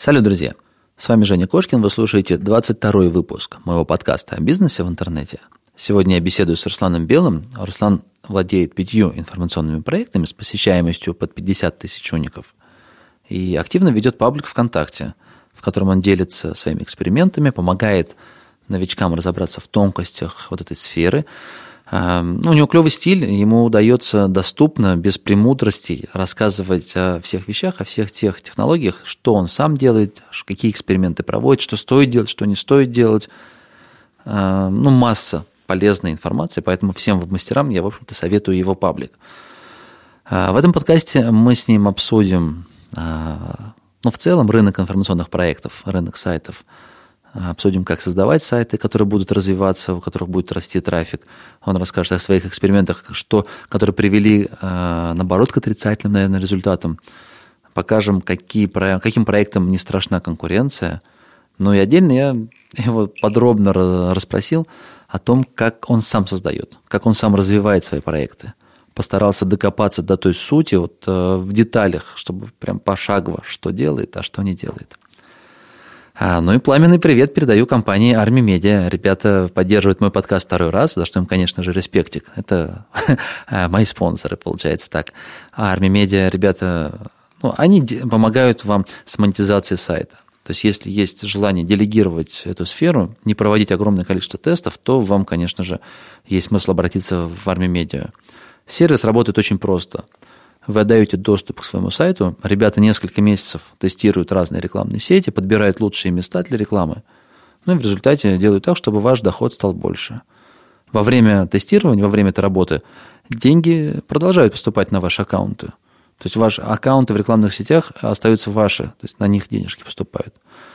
Салют, друзья! С вами Женя Кошкин, вы слушаете 22-й выпуск моего подкаста о бизнесе в интернете. Сегодня я беседую с Русланом Белым. Руслан владеет 5 информационными проектами с посещаемостью под 50 тысяч уников и активно ведет паблик ВКонтакте, в котором он делится своими экспериментами, помогает новичкам разобраться в тонкостях вот этой сферы. У него клевый стиль, ему удается доступно, без премудростей рассказывать о всех вещах, о всех тех технологиях, что он сам делает, какие эксперименты проводит, что стоит делать, что не стоит делать. Масса полезной информации, поэтому всем веб-мастерам я, в общем-то, советую его паблик. В этом подкасте мы с ним обсудим, в целом, рынок информационных проектов, рынок сайтов. Обсудим, как создавать сайты, которые будут развиваться, у которых будет расти трафик. Он расскажет о своих экспериментах, которые привели, наоборот, к отрицательным, наверное, результатам. Покажем, каким проектам не страшна конкуренция. И отдельно я его подробно расспросил о том, как он сам создает, как он сам развивает свои проекты. Постарался докопаться до той сути в деталях, чтобы прям пошагово, что делает, а что не делает. И пламенный привет передаю компании Army Media. Ребята поддерживают мой подкаст второй раз, за что им, конечно же, респектик. Это мои спонсоры, получается так. Army Media, ребята, они помогают вам с монетизацией сайта. То есть, если есть желание делегировать эту сферу, не проводить огромное количество тестов, то вам, конечно же, есть смысл обратиться в Army Media. Сервис работает очень просто. Вы отдаете доступ к своему сайту, ребята несколько месяцев тестируют разные рекламные сети, подбирают лучшие места для рекламы, и в результате делают так, чтобы ваш доход стал больше. Во время тестирования, во время этой работы деньги продолжают поступать на ваши аккаунты. То есть ваши аккаунты в рекламных сетях остаются ваши, то есть на них денежки поступают.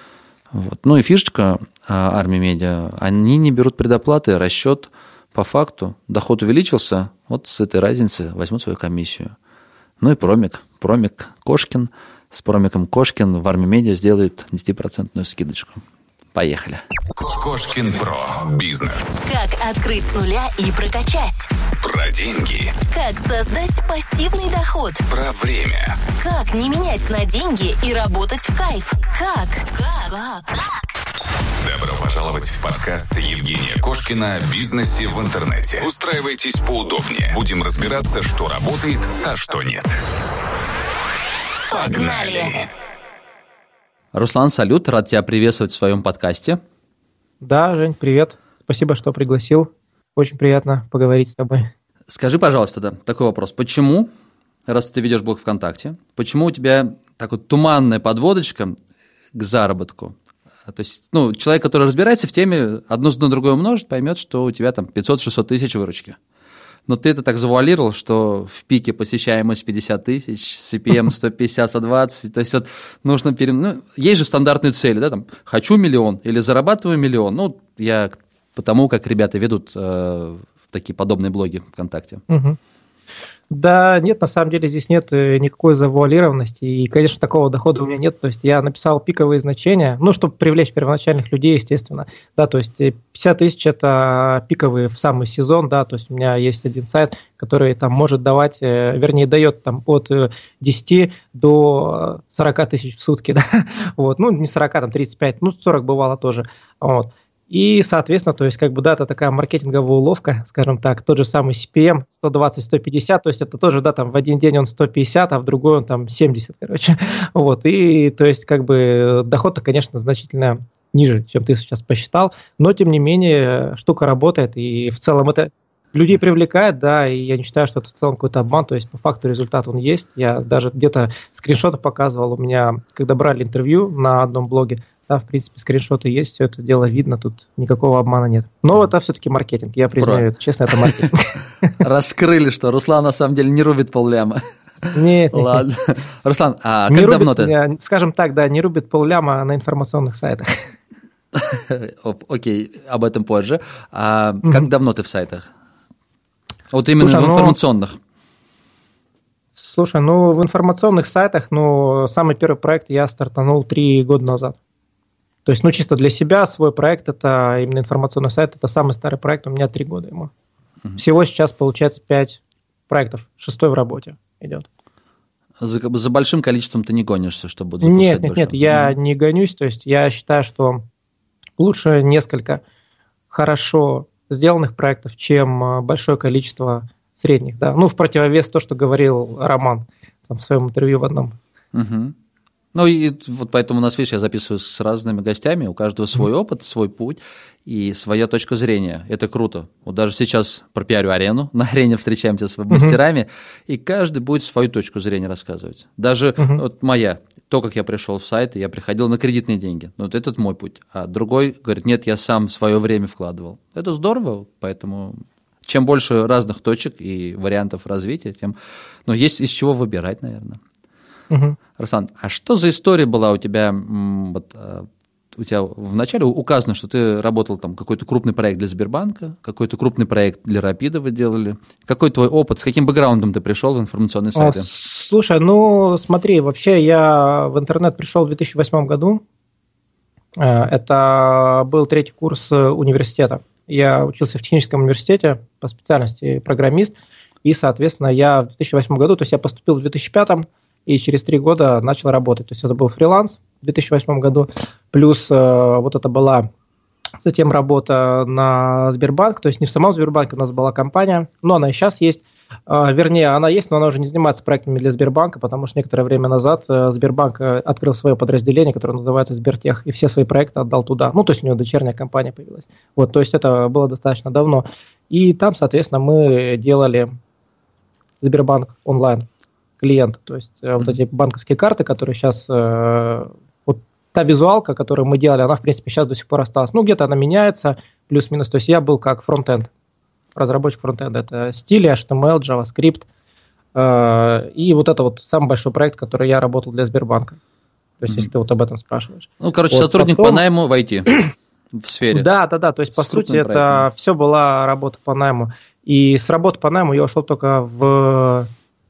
И фишечка Army Media, они не берут предоплаты, расчет по факту, доход увеличился, с этой разницы возьмут свою комиссию. И промик Кошкин. С промиком Кошкин в Army Media сделает 10% скидочку. Поехали. Кошкин Про. Бизнес. Как открыть с нуля и прокачать. Про деньги. Как создать пассивный доход. Про время. Как не менять на деньги и работать в кайф. Как? Добро пожаловать в подкаст Евгения Кошкина о бизнесе в интернете. Устраивайтесь поудобнее. Будем разбираться, что работает, а что нет. Погнали! Руслан, салют, рад тебя приветствовать в своем подкасте. Да, Жень, привет. Спасибо, что пригласил. Очень приятно поговорить с тобой. Скажи, пожалуйста, такой вопрос. Почему, раз ты ведешь блог ВКонтакте, почему у тебя туманная подводочка к заработку? То есть, человек, который разбирается в теме, одно на другое умножит, поймет, что у тебя 500-600 тысяч выручки. Но ты это так завуалировал, что в пике посещаемость 50 тысяч, CPM 150-120, то есть нужно есть же стандартные цели, да, хочу миллион или зарабатываю миллион. Я потому, как ребята ведут такие подобные блоги ВКонтакте. Угу. Да, нет, на самом деле здесь нет никакой завуалированности, и, конечно, такого дохода у меня нет, то есть я написал пиковые значения, чтобы привлечь первоначальных людей, естественно, да, то есть 50 тысяч – это пиковые в самый сезон, да, то есть у меня есть один сайт, который может давать, дает от 10 до 40 тысяч в сутки, да, не 40, 35, 40 бывало тоже, И, соответственно, то есть, это такая маркетинговая уловка, скажем так, тот же самый CPM 120-150, то есть, это тоже, в один день он 150, а в другой он 70, И, то есть, доход-то, конечно, значительно ниже, чем ты сейчас посчитал, но, тем не менее, штука работает, и в целом это людей привлекает, да, и я не считаю, что это в целом какой-то обман, то есть, по факту результат он есть. Я даже где-то скриншоты показывал у меня, когда брали интервью на одном блоге, да, в принципе, скриншоты есть, все это дело видно, тут никакого обмана нет. Но это все-таки маркетинг, я признаю, это, честно, это маркетинг. Раскрыли, что Руслан на самом деле не рубит полляма. Нет. Ладно. Руслан, а как давно ты? Скажем так, да, не рубит полляма на информационных сайтах. Окей, об этом позже. А как давно ты в сайтах? Именно в информационных. Слушай, в информационных сайтах, самый первый проект я стартанул 3 года назад. То есть, чисто для себя свой проект, это именно информационный сайт, это самый старый проект, у меня 3 года ему. Всего сейчас получается 5 проектов, 6-й в работе идет. за большим количеством ты не гонишься, чтобы запускать больше? Нет, я не гонюсь. То есть я считаю, что лучше несколько хорошо сделанных проектов, чем большое количество средних. Да? Ну, в противовес то, что говорил Роман там, в своем интервью в одном. Угу. Ну, и вот поэтому у нас, видишь, я записываю с разными гостями, у каждого свой опыт, свой путь и своя точка зрения. Это круто. Вот даже сейчас пропиарю арену, на арене встречаемся с веб-мастерами, и каждый будет свою точку зрения рассказывать. Даже вот моя, то, как я пришел в сайт, я приходил на кредитные деньги. Вот этот мой путь. А другой говорит, нет, я сам свое время вкладывал. Это здорово, поэтому чем больше разных точек и вариантов развития, тем есть из чего выбирать, наверное. Руслан, а что за история была у тебя? Вот, у тебя вначале указано, что ты работал там какой-то крупный проект для Сбербанка, какой-то крупный проект для Рапида вы делали. Какой твой опыт, с каким бэкграундом ты пришел в информационные сайты? Слушай, смотри, вообще я в интернет пришел в 2008 году. Это был 3-й курс университета. Я учился в техническом университете по специальности программист, и, соответственно, я в 2008 году, то есть я поступил в 2005 и через 3 года начал работать. То есть это был фриланс в 2008 году, плюс вот это была затем работа на Сбербанк, то есть не в самом Сбербанке, у нас была компания, но она и сейчас есть, вернее, она есть, но она уже не занимается проектами для Сбербанка, потому что некоторое время назад Сбербанк открыл свое подразделение, которое называется Сбертех, и все свои проекты отдал туда, то есть у него дочерняя компания появилась. Вот, то есть это было достаточно давно. И там, соответственно, мы делали Сбербанк онлайн. Клиента, то есть вот эти банковские карты, которые сейчас, вот та визуалка, которую мы делали, она, в принципе, сейчас до сих пор осталась. Где-то она меняется, плюс-минус, то есть я был как фронт-энд, разработчик фронт-энда, это стили, HTML, JavaScript, и вот это вот самый большой проект, который я работал для Сбербанка, то есть если ты вот об этом спрашиваешь. Сотрудник по найму в IT, в сфере. Да, то есть, по сути, это все была работа по найму, и с работы по найму я ушел только в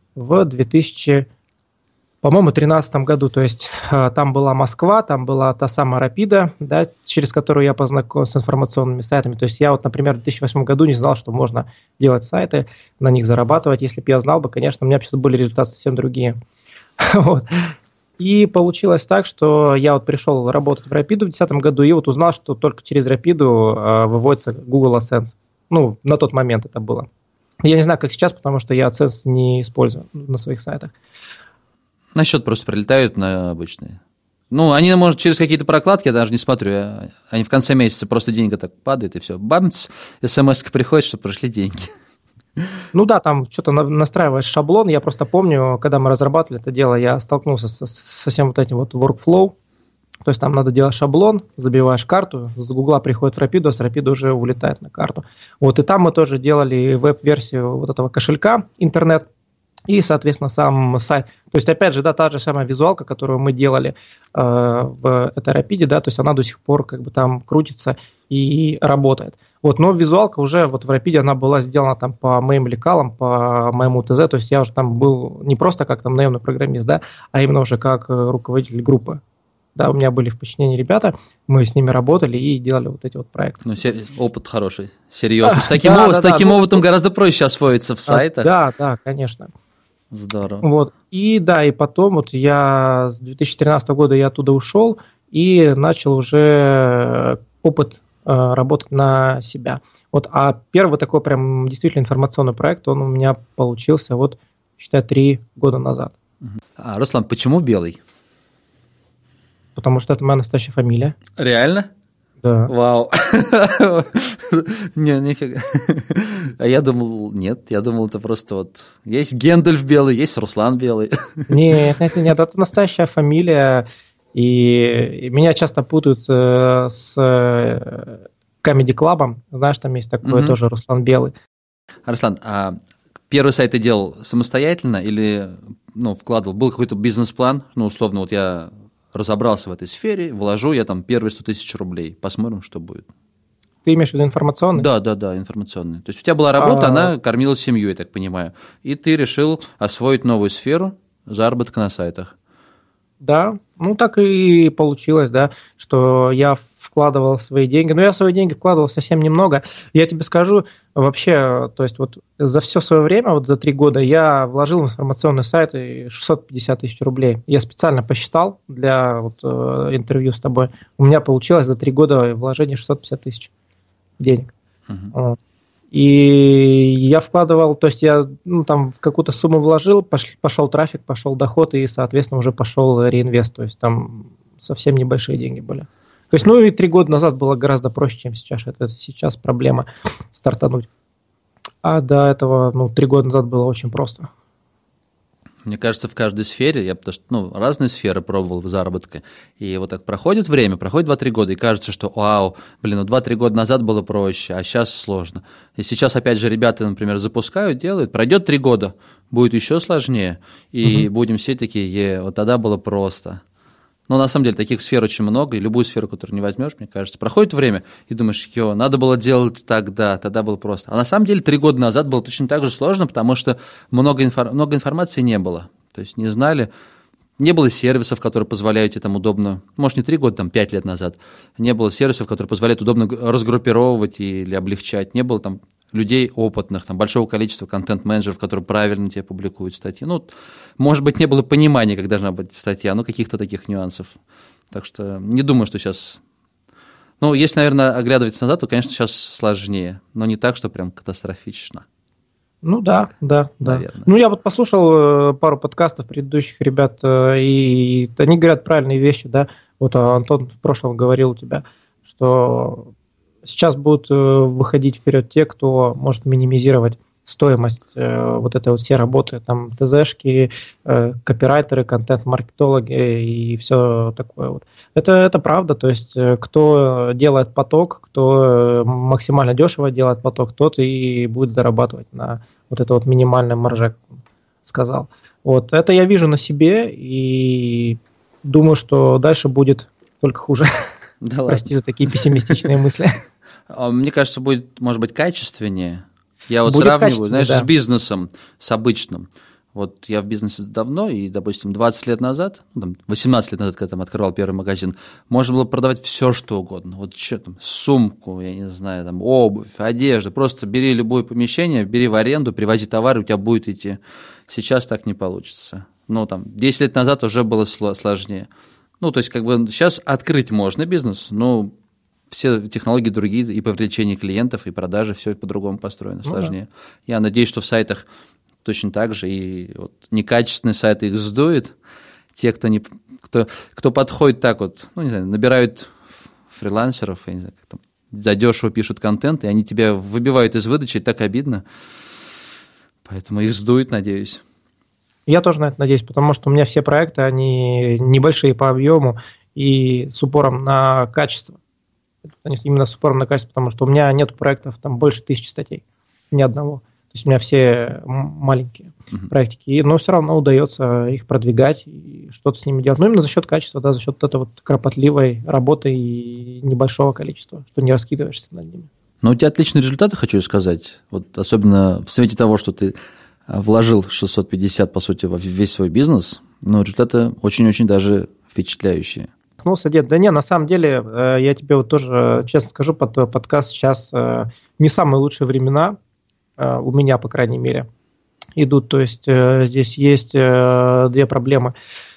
2013 году, то есть там была Москва, там была та самая Рапида, да, через которую я познакомился с информационными сайтами, то есть я вот, например, в 2008 году не знал, что можно делать сайты, на них зарабатывать, если бы я знал бы, конечно, у меня сейчас были результаты совсем другие. Вот. И получилось так, что я вот пришел работать в Рапиду в 2010 году и вот узнал, что только через Рапиду выводится Google AdSense, на тот момент это было. Я не знаю, как сейчас, потому что я AdSense не использую на своих сайтах. На счет просто прилетают на обычные. Они, может, через какие-то прокладки, я даже не смотрю. Они в конце месяца просто деньги так падают, и все. Бамц, смс-ка приходит, что пришли деньги. Там что-то настраиваешь шаблон. Я просто помню, когда мы разрабатывали это дело, я столкнулся со всем вот этим вот workflow. То есть там надо делать шаблон, забиваешь карту, с Гугла приходит в Рапиду, а с Рапида уже улетает на карту. Вот, и там мы тоже делали веб-версию вот этого кошелька, интернет, и, соответственно, сам сайт. То есть, опять же, та же самая визуалка, которую мы делали в этой Рапиде, то есть она до сих пор там крутится и работает. Вот, но визуалка уже вот в Рапиде, она была сделана там по моим лекалам, по моему ТЗ, то есть я уже там был не просто как там наемный программист, а именно уже как руководитель группы. Да, у меня были в подчинении ребята, мы с ними работали и делали вот эти вот проекты. Опыт хороший, серьезно. С таким опытом гораздо проще освоиться в сайтах. Да, конечно. Здорово. Вот. И потом вот я с 2013 года я оттуда ушел и начал уже опыт работать на себя. Вот, а первый такой прям действительно информационный проект, он у меня получился считай, 3 года назад. Руслан, почему белый? Потому что это моя настоящая фамилия. Реально? Да. Вау. Не, нифига. А я думал, нет, это просто есть Гендальф белый, есть Руслан белый. Нет, это настоящая фамилия, и меня часто путают с Comedy Club, знаешь, там есть такой тоже Руслан Белый. Руслан, а первый сайт ты делал самостоятельно или вкладывал, был какой-то бизнес-план, условно, я разобрался в этой сфере, вложу я там первые 100 тысяч рублей, посмотрим, что будет. Ты имеешь в виду информационный? Да, информационный. То есть у тебя была работа, она кормила семью, я так понимаю, и ты решил освоить новую сферу заработка на сайтах. Да, так и получилось, что я в вкладывал свои деньги. Но я свои деньги вкладывал совсем немного. Я тебе скажу, вообще, то есть вот за все свое время, вот за 3 года, я вложил в информационный сайт 650 тысяч рублей. Я специально посчитал для вот, интервью с тобой. У меня получилось за 3 года вложение 650 тысяч денег. Вот. И я вкладывал, то есть я там в какую-то сумму вложил, пошел трафик, пошел доход, и, соответственно, уже пошел реинвест. То есть там совсем небольшие деньги были. То есть, и 3 года назад было гораздо проще, чем сейчас. Это сейчас проблема стартануть. А до этого, 3 года назад было очень просто. Мне кажется, в каждой сфере, потому что разные сферы пробовал в заработке, и вот так проходит время, проходит 2-3 года, и кажется, что 2-3 года назад было проще, а сейчас сложно. И сейчас, опять же, ребята, например, запускают, делают, пройдет 3 года, будет еще сложнее, и будем все такие, вот тогда было просто. Но на самом деле таких сфер очень много, и любую сферу, которую не возьмешь, мне кажется, проходит время, и думаешь, надо было делать тогда было просто. А на самом деле 3 года назад было точно так же сложно, потому что много информации не было. То есть не знали, не было сервисов, которые позволяют тебе там удобно, может, не 3 года, там 5 лет назад, не было сервисов, которые позволяют удобно разгруппировывать или облегчать, не было там людей опытных, там большого количества контент-менеджеров, которые правильно тебе публикуют статьи. Может быть, не было понимания, как должна быть статья, но каких-то таких нюансов. Так что не думаю, что сейчас... если, наверное, оглядываться назад, то, конечно, сейчас сложнее, но не так, что прям катастрофично. Да. Наверное. Я вот послушал пару подкастов предыдущих ребят, и они говорят правильные вещи, да. Вот Антон в прошлом говорил у тебя, что сейчас будут выходить вперед те, кто может минимизировать стоимость вот этой вот всей работы, там ТЗшки, копирайтеры, контент-маркетологи и все такое вот. Это правда, то есть кто делает поток, кто максимально дешево делает поток, тот и будет зарабатывать на вот это вот минимальное марже, как он сказал. Вот это я вижу на себе и думаю, что дальше будет только хуже. Да. Прости за такие пессимистичные мысли. Мне кажется, будет, может быть, качественнее. Я вот сравниваю, знаешь, с бизнесом, с обычным. Вот я в бизнесе давно, и, допустим, 20 лет назад, 18 лет назад, когда там открывал первый магазин, можно было продавать все, что угодно. Вот что там, сумку, я не знаю, там, обувь, одежду. Просто бери любое помещение, бери в аренду, привози товар, у тебя будет идти. Сейчас так не получится. 10 лет назад уже было сложнее. То есть, сейчас открыть можно бизнес, но все технологии другие, и по привлечению клиентов, и продажи, все по-другому построено, сложнее. Да. Я надеюсь, что в сайтах точно так же, и вот некачественные сайты их сдует. Те, кто подходит так вот, набирают фрилансеров, я не знаю, как там, задешево пишут контент, и они тебя выбивают из выдачи, и так обидно. Поэтому их сдует, надеюсь. Я тоже на это надеюсь, потому что у меня все проекты, они небольшие по объему и с упором на качество. Именно с упором на качество, потому что у меня нет проектов там больше 1000 статей, ни одного. То есть у меня все маленькие проектики, но все равно удается их продвигать и что-то с ними делать. Именно за счет качества, за счет вот этой вот кропотливой работы и небольшого количества, что не раскидываешься над ними. У тебя отличные результаты, хочу сказать. Вот особенно в свете того, что ты вложил 650, по сути, во весь свой бизнес, но результаты очень-очень даже впечатляющие. На самом деле, я тебе вот тоже честно скажу, под твой подкаст сейчас не самые лучшие времена, у меня, по крайней мере, идут. То есть здесь есть 2 проблемы.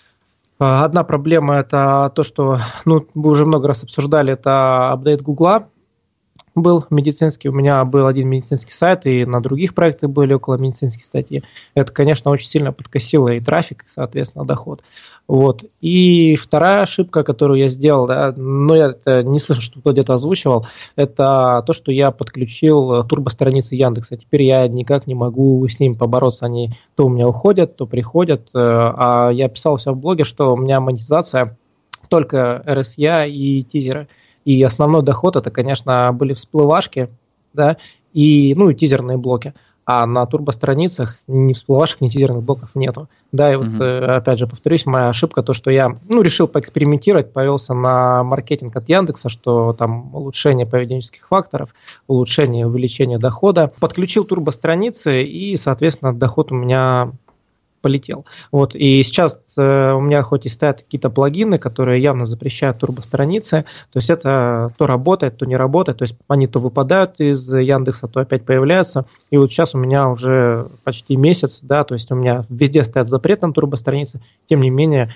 Одна проблема – это то, что, мы уже много раз обсуждали, это апдейт Гугла. Был медицинский, у меня был один медицинский сайт, и на других проектах были около медицинских статей. Это, конечно, очень сильно подкосило и трафик, и, соответственно, доход. Вот. И вторая ошибка, которую я сделал, но я это не слышу, что кто-то где-то озвучивал, это то, что я подключил турбостраницы Яндекса. Теперь я никак не могу с ними побороться. Они то у меня уходят, то приходят. А я писал у себя в блоге, что у меня монетизация только RSA и тизеры. И основной доход это, конечно, были всплывашки, да, и тизерные блоки. А на турбостраницах ни всплывашек, ни тизерных блоков нету. Да, и вот опять же повторюсь, моя ошибка, то, что я решил поэкспериментировать, повелся на маркетинг от Яндекса, что там улучшение поведенческих факторов, улучшение, увеличение дохода. Подключил турбостраницы, и, соответственно, доход у меня полетел. Вот. И сейчас у меня хоть и стоят какие-то плагины, которые явно запрещают турбостраницы, то есть это то работает, то не работает, то есть они то выпадают из Яндекса, то опять появляются. И вот сейчас у меня уже почти месяц, да, то есть у меня везде стоят запрет на турбостраницы, тем не менее,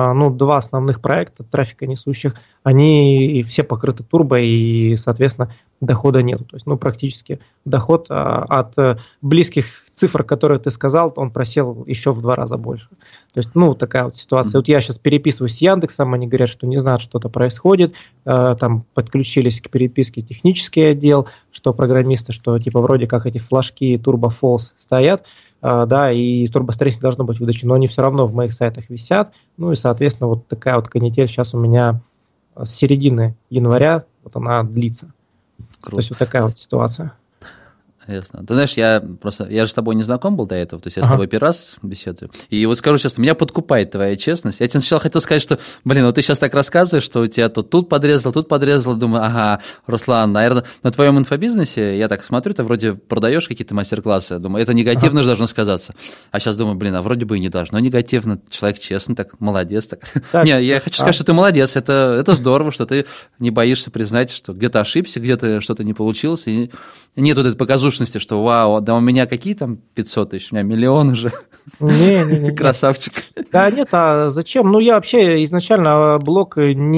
два основных проекта трафиконесущих, они все покрыты турбо, и, соответственно, дохода нет. То есть, практически доход от близких цифр, которые ты сказал, он просел еще в 2 раза больше. То есть, такая вот ситуация. Вот я сейчас переписываюсь с Яндексом, они говорят, что не знают, что-то происходит, там подключились к переписке технический отдел, что программисты, что типа вроде как эти флажки Turbo False стоят, да, и турбостроение должно быть выдачи, но они все равно в моих сайтах висят, и, соответственно, вот такая вот канитель сейчас у меня с середины января, вот она длится. Круто. То есть, вот такая вот ситуация. Ясно. Ты знаешь, я же с тобой не знаком был до этого, то есть я с тобой первый раз беседую. И вот скажу честно, меня подкупает твоя честность. Я тебе сначала хотел сказать, что, вот ты сейчас так рассказываешь, что у тебя тут подрезал, думаю, ага, Руслан, наверное, на твоем инфобизнесе, я так смотрю, ты вроде продаешь какие-то мастер-классы, думаю, это негативно же должно сказаться. А сейчас думаю, вроде бы и не должно негативно, человек честный, так, молодец. Так. Не, я хочу сказать, что ты молодец, это здорово, что ты не боишься признать, что где-то ошибся, где-то что-то не получилось, и нет вот этой показушности, что вау, да у меня какие там 500 тысяч, у меня миллион уже. Не. Красавчик. Да нет, а зачем? Я вообще изначально блог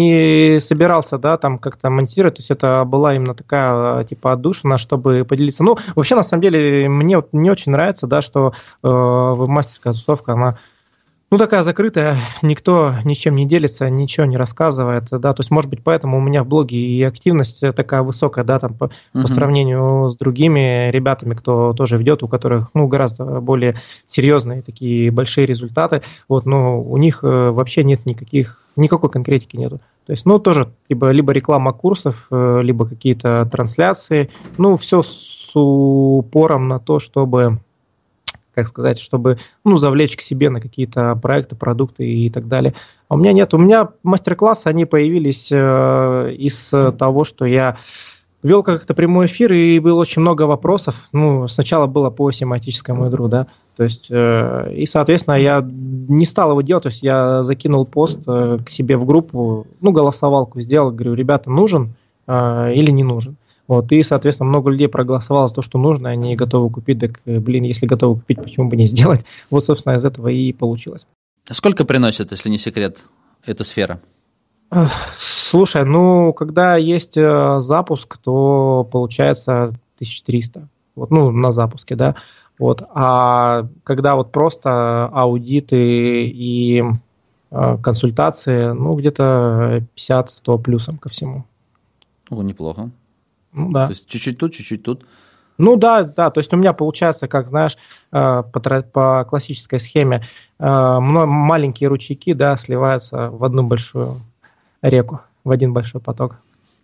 не собирался, да, там как-то монтировать, то есть это была именно такая, типа, отдушина, чтобы поделиться. Вообще, на самом деле, мне вот не очень нравится, да, что веб-мастерская тусовка, она такая закрытая, никто ничем не делится, ничего не рассказывает, да, то есть, может быть, поэтому у меня в блоге и активность такая высокая, да, там, по сравнению с другими ребятами, кто тоже ведет, у которых, гораздо более серьезные такие большие результаты, вот, но у них вообще нет никакой конкретики нету. То есть, тоже либо реклама курсов, либо какие-то трансляции, все с упором на то, чтобы завлечь к себе на какие-то проекты, продукты и так далее. А у меня нет. У меня мастер-классы, они появились из того, что я вел как-то прямой эфир, и было очень много вопросов. Сначала было по семантическому ядру, да, то есть, и, соответственно, я не стал его делать, то есть я закинул пост к себе в группу, голосовалку сделал, говорю, ребята, нужен или не нужен? Вот, и, соответственно, много людей проголосовало за то, что нужно, они готовы купить, так, если готовы купить, почему бы не сделать? Вот, собственно, из этого и получилось. Сколько приносит, если не секрет, эта сфера? Слушай, когда есть запуск, то получается 1300, вот, на запуске, да, вот, а когда вот просто аудиты и консультации, где-то 50-100 плюсом ко всему. Неплохо. Да. То есть чуть-чуть тут, чуть-чуть тут. Да, то есть у меня получается, как знаешь, по классической схеме, маленькие ручейки, да, сливаются в одну большую реку, в один большой поток.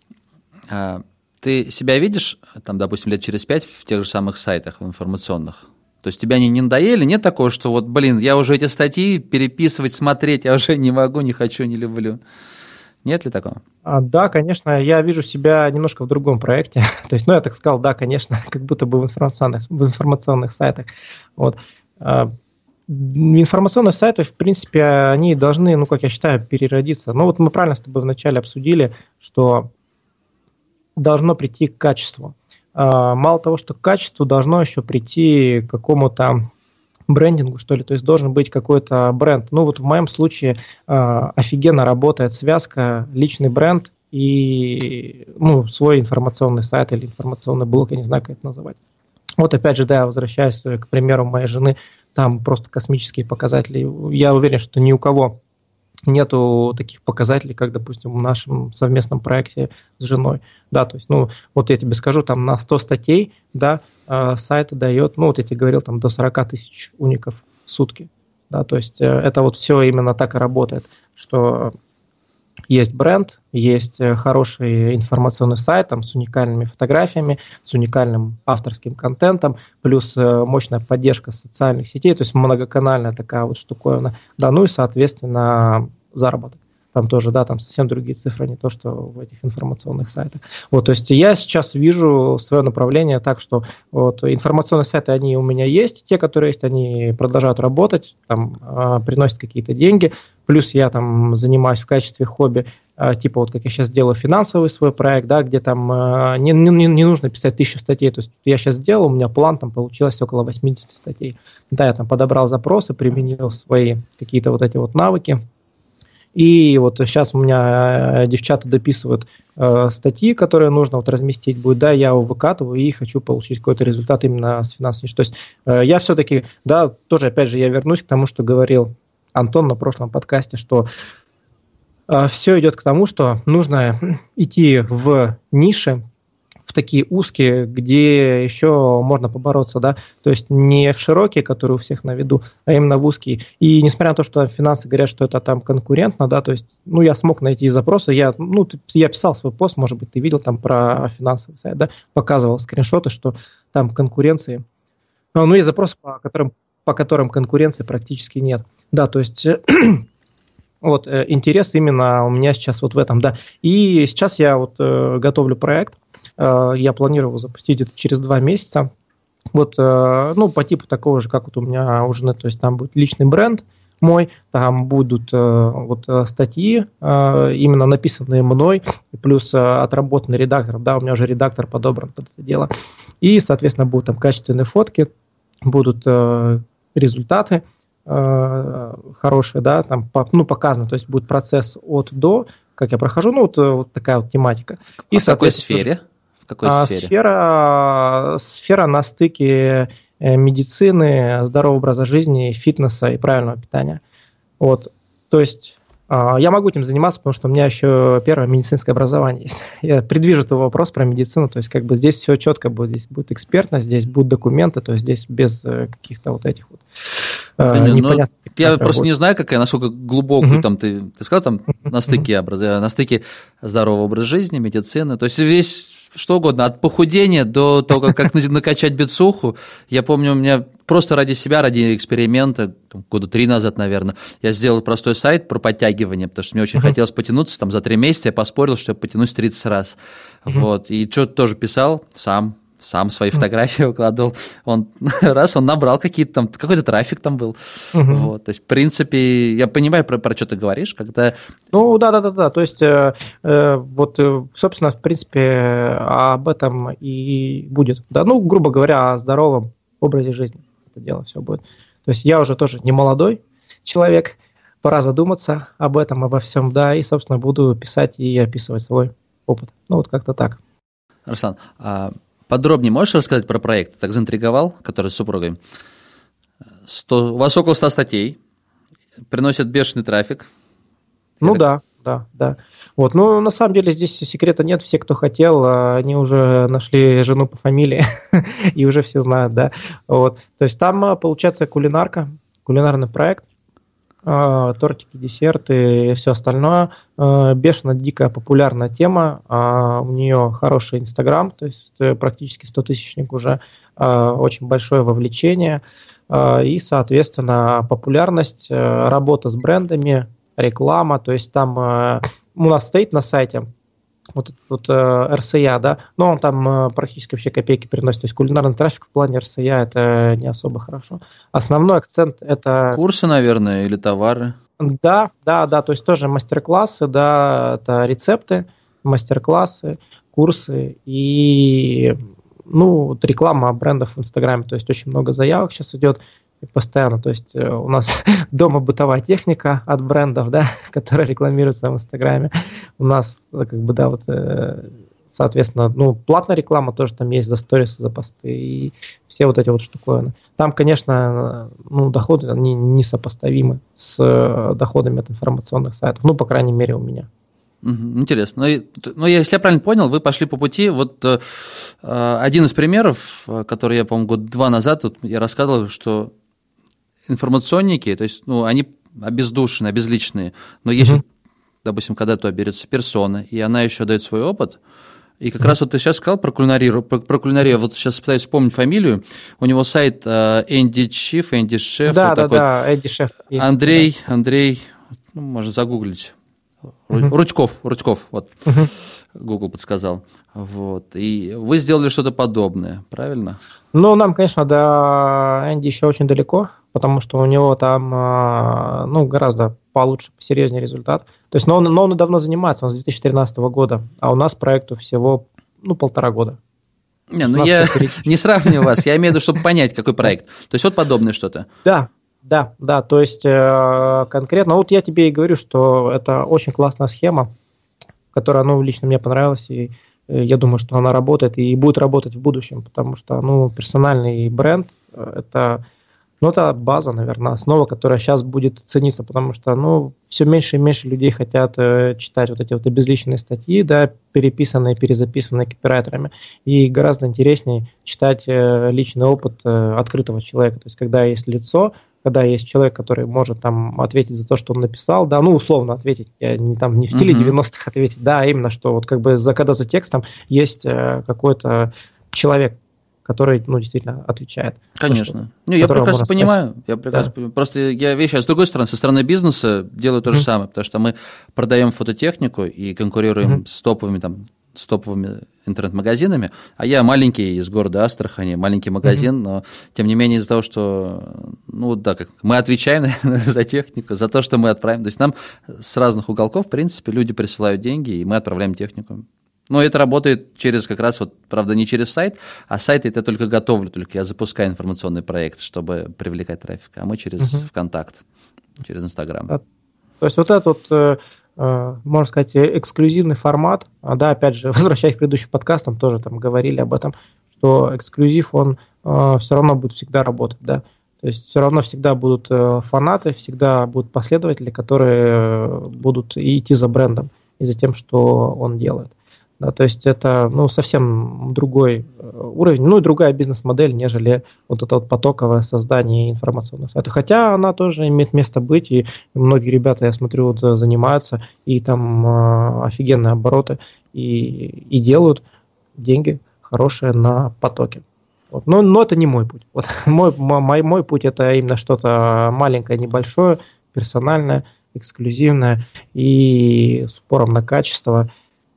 Ты себя видишь, там, допустим, лет через 5 в тех же самых сайтах информационных? То есть тебя они не надоели? Нет такого, что я уже эти статьи переписывать, смотреть, я уже не могу, не хочу, не люблю? Нет ли такого? Да, конечно, я вижу себя немножко в другом проекте. То есть, я так сказал, да, конечно, как будто бы в информационных сайтах. Вот. Информационные сайты, в принципе, они должны, как я считаю, переродиться. Мы правильно с тобой вначале обсудили, что должно прийти к качеству. Мало того, что к качеству, должно еще прийти к какому-то брендингу, что ли, то есть должен быть какой-то бренд. В моем случае офигенно работает связка личный бренд и свой информационный сайт или информационный блог, я не знаю, как это называть. Вот опять же, да, я возвращаюсь к примеру моей жены, там просто космические показатели. Я уверен, что ни у кого нету таких показателей, как, допустим, в нашем совместном проекте с женой. Да, то есть, вот я тебе скажу, там на 100 статей, да, сайт дает, вот я тебе говорил, там до 40 тысяч уников в сутки. Да, то есть, это вот все именно так и работает, что есть бренд, есть хороший информационный сайт там, с уникальными фотографиями, с уникальным авторским контентом, плюс мощная поддержка социальных сетей, то есть многоканальная такая вот штуковина, да, и, соответственно, заработок. там тоже, да, там совсем другие цифры, не то, что в этих информационных сайтах. Вот, то есть я сейчас вижу свое направление так, что вот информационные сайты, они у меня есть, те, которые есть, они продолжают работать, там, приносят какие-то деньги, плюс я там занимаюсь в качестве хобби, типа вот как я сейчас делаю финансовый свой проект, да, где там не нужно писать 1000 статей, то есть я сейчас сделал, у меня план, там получилось около 80 статей. Да, я там подобрал запросы, применил свои какие-то вот эти вот навыки, и вот сейчас у меня девчата дописывают статьи, которые нужно вот разместить будет, да, я его выкатываю и хочу получить какой-то результат именно с финансовой. То есть я все-таки, да, тоже опять же я вернусь к тому, что говорил Антон на прошлом подкасте, что все идет к тому, что нужно идти в ниши, в такие узкие, где еще можно побороться, да, то есть не в широкие, которые у всех на виду, а именно в узкие. И несмотря на то, что финансы говорят, что это там конкурентно, да, то есть, ну, я смог найти запросы, я писал свой пост, может быть, ты видел там про финансовый сайт, да, показывал скриншоты, что там конкуренции, ну, есть запросы, по которым конкуренции практически нет, да, то есть... Вот, интерес именно у меня сейчас вот в этом, да. И сейчас я вот готовлю проект, я планирую его запустить где-то через 2 месяца. Вот, ну, по типу такого же, как вот у меня у жены, то есть там будет личный бренд мой, там будут вот статьи, именно написанные мной, плюс отработанный редактор, да, у меня уже редактор подобран под это дело. И, соответственно, будут там качественные фотки, будут результаты хорошие, да, там, показано, то есть будет процесс от до, как я прохожу, ну, вот такая вот тематика. И, в какой сфере? В какой сфере? Сфера на стыке медицины, здорового образа жизни, фитнеса и правильного питания. Вот, то есть я могу этим заниматься, потому что у меня еще первое медицинское образование есть. Я предвижу этот вопрос про медицину, то есть как бы здесь все четко будет, здесь будет экспертность, здесь будут документы, то есть здесь без каких-то вот этих вот непонятных. Я просто не знаю, насколько глубокую там ты сказал, там на стыке здорового образа жизни, медицины, то есть весь что угодно, от похудения до того, как накачать бицуху. Я помню, у меня просто ради себя, ради эксперимента, года 3 назад, наверное, я сделал простой сайт про подтягивание, потому что мне очень хотелось потянуться, там за 3 месяца я поспорил, что я потянусь 30 раз. Вот, и что-то тоже писал сам свои фотографии выкладывал, он набрал какой-то трафик там был. Вот, то есть, в принципе, я понимаю, про что ты говоришь, когда... Ну, да, то есть, вот, собственно, в принципе, об этом и будет, да, ну, грубо говоря, о здоровом образе жизни это дело все будет. То есть, я уже тоже не молодой человек, пора задуматься об этом, обо всем, да, и, собственно, буду писать и описывать свой опыт. Ну, вот как-то так. Руслан, подробнее можешь рассказать про проект? Так заинтриговал, который с супругой. У вас около 100 статей, приносят бешеный трафик. Ну да. Вот, ну, на самом деле здесь секрета нет. Все, кто хотел, они уже нашли жену по фамилии, и уже все знают, да. Вот. То есть там, получается, кулинарный проект, тортики, десерты и все остальное. Бешено дикая популярная тема. У нее хороший Инстаграм, то есть практически 100-тысячник уже, очень большое вовлечение и, соответственно, популярность, работа с брендами, реклама. То есть там у нас стоит на сайте вот этот вот РСЯ, да, но он там практически вообще копейки приносит. То есть кулинарный трафик в плане РСЯ это не особо хорошо. Основной акцент это... Курсы, наверное, или товары? Да, то есть тоже мастер-классы, да, это рецепты, мастер-классы, курсы и, ну, вот реклама брендов в Инстаграме. То есть очень много заявок сейчас идет постоянно. То есть у нас дома бытовая техника от брендов, да, которая рекламируется в Инстаграме. У нас, как бы, да, вот, соответственно, ну, платная реклама тоже там есть за сторисы, за посты и все вот эти вот штуковины. Там, конечно, ну, доходы они несопоставимы с доходами от информационных сайтов. Ну, по крайней мере, у меня. Интересно. Ну, если я правильно понял, вы пошли по пути. Вот один из примеров, который я, по-моему, 2 года назад тут я рассказывал, что информационники, то есть, ну, они обездушенные, обезличенные, но если, допустим, когда-то берется персона, и она еще дает свой опыт, и как раз вот ты сейчас сказал про кулинарию, вот сейчас пытаюсь вспомнить фамилию, у него сайт Энди Шеф. Да, Энди Шеф. Андрей, ну, можно загуглить. Рудьков, вот, Google подсказал. Вот. И вы сделали что-то подобное, правильно? Ну, нам, конечно, до Энди еще очень далеко, потому что у него там гораздо получше, посерьезнее результат. То есть, но он и давно занимается, он с 2013 года, а у нас проекту всего 1,5 года. Я не сравниваю вас, я имею в виду, чтобы понять, какой проект. То есть, вот подобное что-то. Да, то есть, конкретно, вот я тебе и говорю, что это очень классная схема, которая, лично мне понравилась, и я думаю, что она работает и будет работать в будущем, потому что, персональный бренд – это база, наверное, основа, которая сейчас будет цениться, потому что, все меньше и меньше людей хотят читать вот эти вот обезличенные статьи, да, переписанные, перезаписанные копирайтерами, и гораздо интереснее читать личный опыт открытого человека, то есть, когда есть лицо, когда есть человек, который может там ответить за то, что он написал, да, условно ответить, не в стиле 90-х ответить, да, а именно, что вот как бы когда за текстом есть какой-то человек, который, действительно отвечает. Конечно. Я прекрасно понимаю. Просто я с другой стороны, со стороны бизнеса делаю то же самое, потому что мы продаем фототехнику и конкурируем с топовыми интернет-магазинами, а я маленький из города Астрахани, маленький магазин, но тем не менее из-за того, что, мы отвечаем за технику, за то, что мы отправим, то есть нам с разных уголков, в принципе, люди присылают деньги, и мы отправляем технику. Но это работает через как раз, правда, не через сайт, а сайт это только готовлю, только я запускаю информационный проект, чтобы привлекать трафик, а мы через ВКонтакт, через Инстаграм. То есть вот этот можно сказать, эксклюзивный формат, да, опять же, возвращаясь к предыдущим подкастам, тоже там говорили об этом, что эксклюзив, он все равно будет всегда работать, да, то есть все равно всегда будут фанаты, всегда будут последователи, которые будут идти за брендом и за тем, что он делает. Да, то есть это совсем другой уровень, и другая бизнес-модель, нежели вот это вот потоковое создание информационных сайтов. Хотя она тоже имеет место быть, и многие ребята, я смотрю, занимаются, и там офигенные обороты, и делают деньги хорошие на потоке. Вот. Но это не мой путь. Вот. Мой путь – это именно что-то маленькое, небольшое, персональное, эксклюзивное и с упором на качество,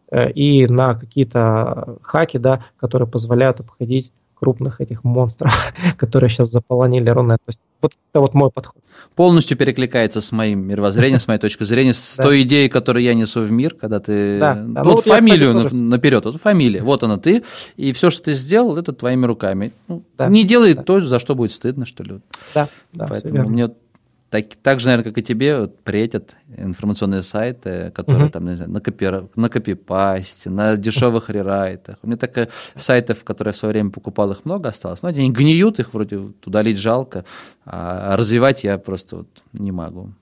и на какие-то хаки, да, которые позволяют обходить крупных этих монстров, которые сейчас заполонили Рунет. То есть вот это вот мой подход. Полностью перекликается с моим мировоззрением, с моей точки зрения, с той идеей, которую я несу в мир, когда ты... фамилию наперед, фамилия, вот она ты, и все, что ты сделал, это твоими руками. Не делай то, за что будет стыдно, что ли. Поэтому мне... Так же, наверное, как и тебе, претят информационные сайты, которые там, не знаю, на копипасте, на дешевых рерайтах. У меня так сайтов, которые я в свое время покупал, их много осталось. Но они гниют, их вроде удалить жалко, а развивать я просто не могу.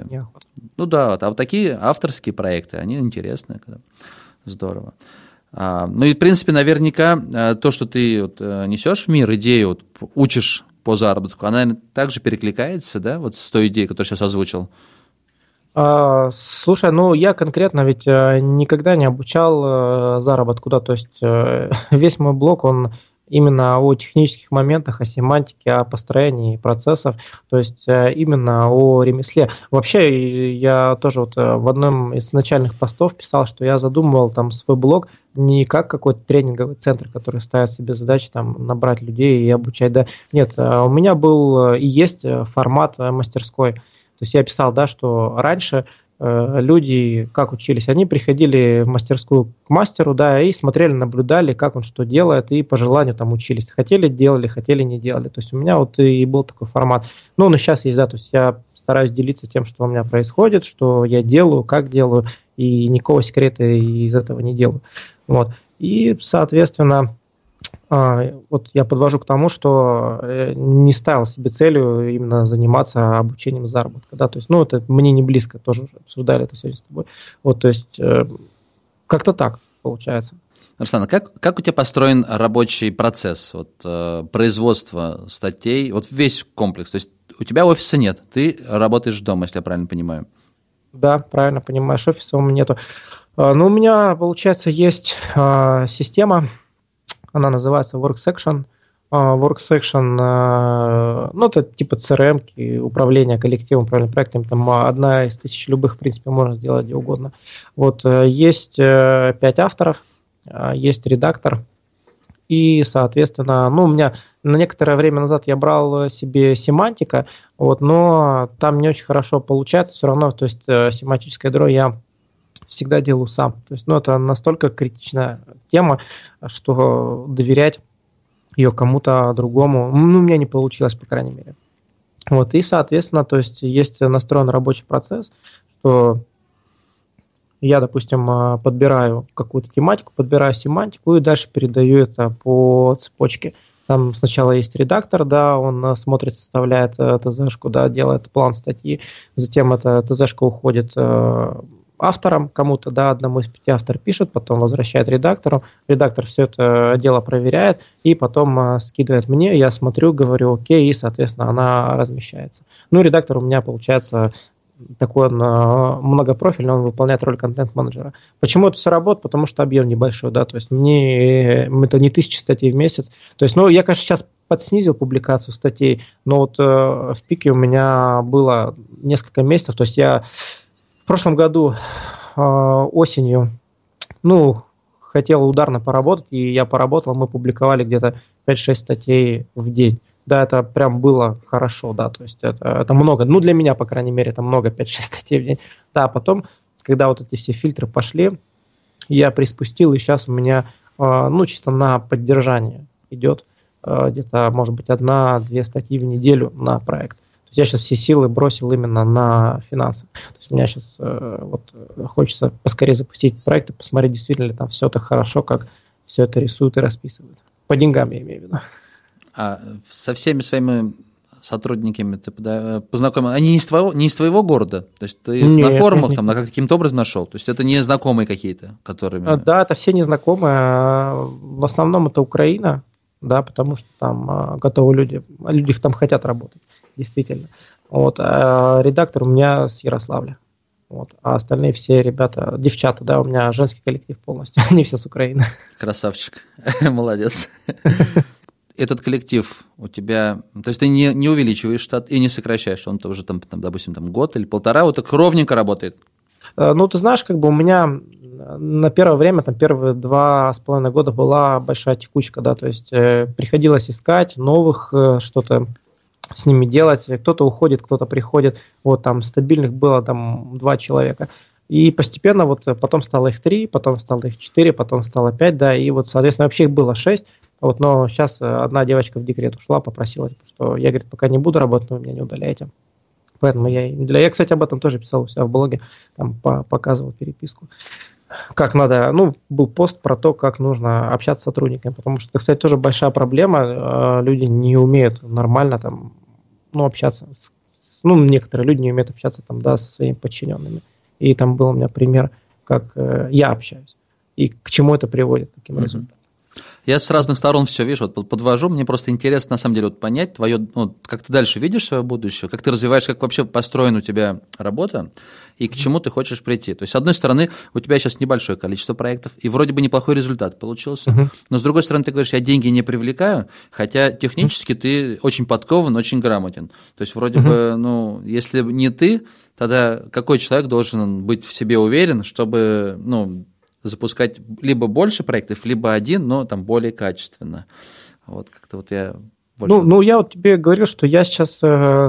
А вот такие авторские проекты, они интересные. Здорово. И, в принципе, наверняка то, что ты несешь в мир, идею, учишь по заработку, она также перекликается, да, вот с той идеей, которую сейчас озвучил? Слушай, я конкретно ведь никогда не обучал заработку, да, то есть весь мой блог, он именно о технических моментах, о семантике, о построении процессов, то есть именно о ремесле. Вообще, я тоже в одном из начальных постов писал, что я задумывал там свой блог не как какой-то тренинговый центр, который ставит себе задачи там набрать людей и обучать, да. Нет, у меня был и есть формат мастерской. То есть я писал, да, что раньше люди как учились? Они приходили в мастерскую к мастеру, да, и смотрели, наблюдали, как он что делает, и по желанию там учились. Хотели – делали, хотели – не делали. То есть у меня и был такой формат. Но сейчас есть, да, то есть я стараюсь делиться тем, что у меня происходит, что я делаю, как делаю, и никакого секрета из этого не делаю. Вот. И, соответственно, я подвожу к тому, что не ставил себе целью именно заниматься обучением заработка. Да? То есть, это мне не близко, тоже уже обсуждали это сегодня с тобой. То есть, как-то так получается. Руслан, как у тебя построен рабочий процесс, производство статей, весь комплекс? То есть, у тебя офиса нет, ты работаешь дома, если я правильно понимаю. Да, правильно понимаешь, офиса у меня нету. Но у меня, получается, есть система. Она называется WorkSection. WorkSection, ну, это типа CRM, управление коллективом, управление проектами, там одна из тысяч любых, в принципе, можно сделать где угодно. Вот, есть 5 авторов, есть редактор, и, соответственно, ну, у меня на некоторое время назад я брал себе семантика, вот, но там не очень хорошо получается все равно, то есть семантическое ядро я всегда делаю сам. То есть, ну, это настолько критичная тема, что доверять ее кому-то другому, ну, у меня не получилось, по крайней мере. Вот, и, соответственно, то есть есть настроен рабочий процесс, что я, допустим, подбираю какую-то тематику, подбираю семантику и дальше передаю это по цепочке. Там сначала есть редактор, да, он смотрит, составляет ТЗ-шку, да, делает план статьи, затем эта ТЗ-шка уходит авторам кому-то, да, одному из 5 авторов пишет, потом возвращает редактору, редактор все это дело проверяет и потом скидывает мне, я смотрю, говорю окей, и, соответственно, она размещается. Ну, редактор у меня, получается, такой он многопрофильный, он выполняет роль контент-менеджера. Почему это все работает? Потому что объем небольшой, да, то есть мне это не 1000 статей в месяц, то есть, ну, я, конечно, сейчас подснизил публикацию статей, но вот в пике у меня было несколько месяцев, то есть я в прошлом году осенью, ну, хотел ударно поработать, и я поработал, мы публиковали где-то 5-6 статей в день. Да, это прям было хорошо, да, то есть это много, ну, для меня, по крайней мере, это много, 5-6 статей в день. Да, потом, когда вот эти все фильтры пошли, я приспустил, и сейчас у меня, ну, чисто на поддержание идет где-то, может быть, 1-2 статьи в неделю на проект. То есть я сейчас все силы бросил именно на финансы. То есть у меня сейчас вот хочется поскорее запустить проект и посмотреть, действительно ли там все так хорошо, как все это рисуют и расписывают. По деньгам я имею в виду. А со всеми своими сотрудниками ты познакомил? Они не из твоего города? То есть ты на форумах там каким-то образом нашел? То есть это не знакомые какие-то, которыми... Да, это все незнакомые. В основном это Украина, да, потому что там готовы люди там хотят работать, действительно. Вот. А редактор у меня с Ярославля. Вот. А остальные все ребята, девчата, да, у меня женский коллектив полностью, они все с Украины. Красавчик, молодец. Этот коллектив у тебя, то есть ты не увеличиваешь штат и не сокращаешь, он уже там, допустим, год или полтора, вот так ровненько работает? Ну, ты знаешь, как бы у меня на первое время, там первые 2,5 года была большая текучка, да, то есть приходилось искать новых, что-то с ними делать, кто-то уходит, кто-то приходит, вот там стабильных было там 2 человека. И постепенно вот потом стало их 3, потом стало их 4, потом стало 5, да, и вот, соответственно, вообще их было 6. Вот, но сейчас одна девочка в декрет ушла, попросила, что я, говорит, пока не буду работать, но вы меня не удаляете. Поэтому я, кстати, об этом тоже писал у себя в блоге, там показывал переписку. Как надо, ну, был пост про то, как нужно общаться с сотрудниками, потому что, кстати, тоже большая проблема, люди не умеют нормально там, ну, общаться, ну, некоторые люди не умеют общаться там, да, со своими подчиненными. И там был у меня пример, как я общаюсь, и к чему это приводит, к каким результатам. Я с разных сторон все, видишь, вот подвожу, мне просто интересно, на самом деле, вот понять твое, ну, как ты дальше видишь свое будущее, как ты развиваешь, как вообще построена у тебя работа и к чему ты хочешь прийти. То есть, с одной стороны, у тебя сейчас небольшое количество проектов, и вроде бы неплохой результат получился, но с другой стороны, ты говоришь, я деньги не привлекаю, хотя технически ты очень подкован, очень грамотен. То есть, вроде бы, ну, если не ты, тогда какой человек должен быть в себе уверен, чтобы, ну, запускать либо больше проектов, либо один, но там более качественно. Вот как-то вот я больше... Ну, я вот тебе говорил, что я сейчас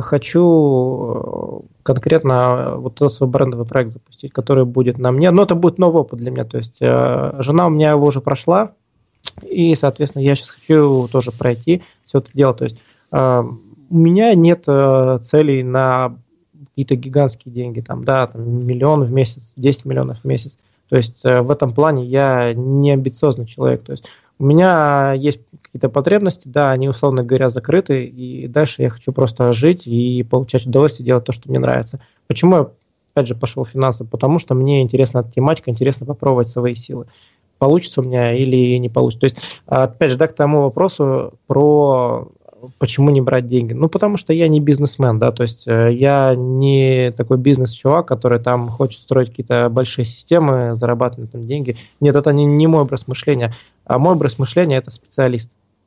хочу конкретно вот этот свой брендовый проект запустить, который будет на мне, но это будет новый опыт для меня, то есть жена у меня его уже прошла, и, соответственно, я сейчас хочу тоже пройти все это дело, то есть у меня нет целей на какие-то гигантские деньги, там, да, там, 1 миллион в месяц, 10 миллионов в месяц. То есть в этом плане я не амбициозный человек. То есть у меня есть какие-то потребности, да, они, условно говоря, закрыты, и дальше я хочу просто жить и получать удовольствие, делать то, что мне нравится. Почему я, опять же, пошел в финансы? Потому что мне интересна эта тематика, интересно попробовать свои силы. Получится у меня или не получится. То есть, опять же, да, к тому вопросу про... Почему не брать деньги? Ну, потому что я не бизнесмен, да, то есть я не такой бизнес-чувак, который там хочет строить какие-то большие системы, зарабатывать там деньги. Нет, это не мой образ мышления. А мой образ мышления – это специалист.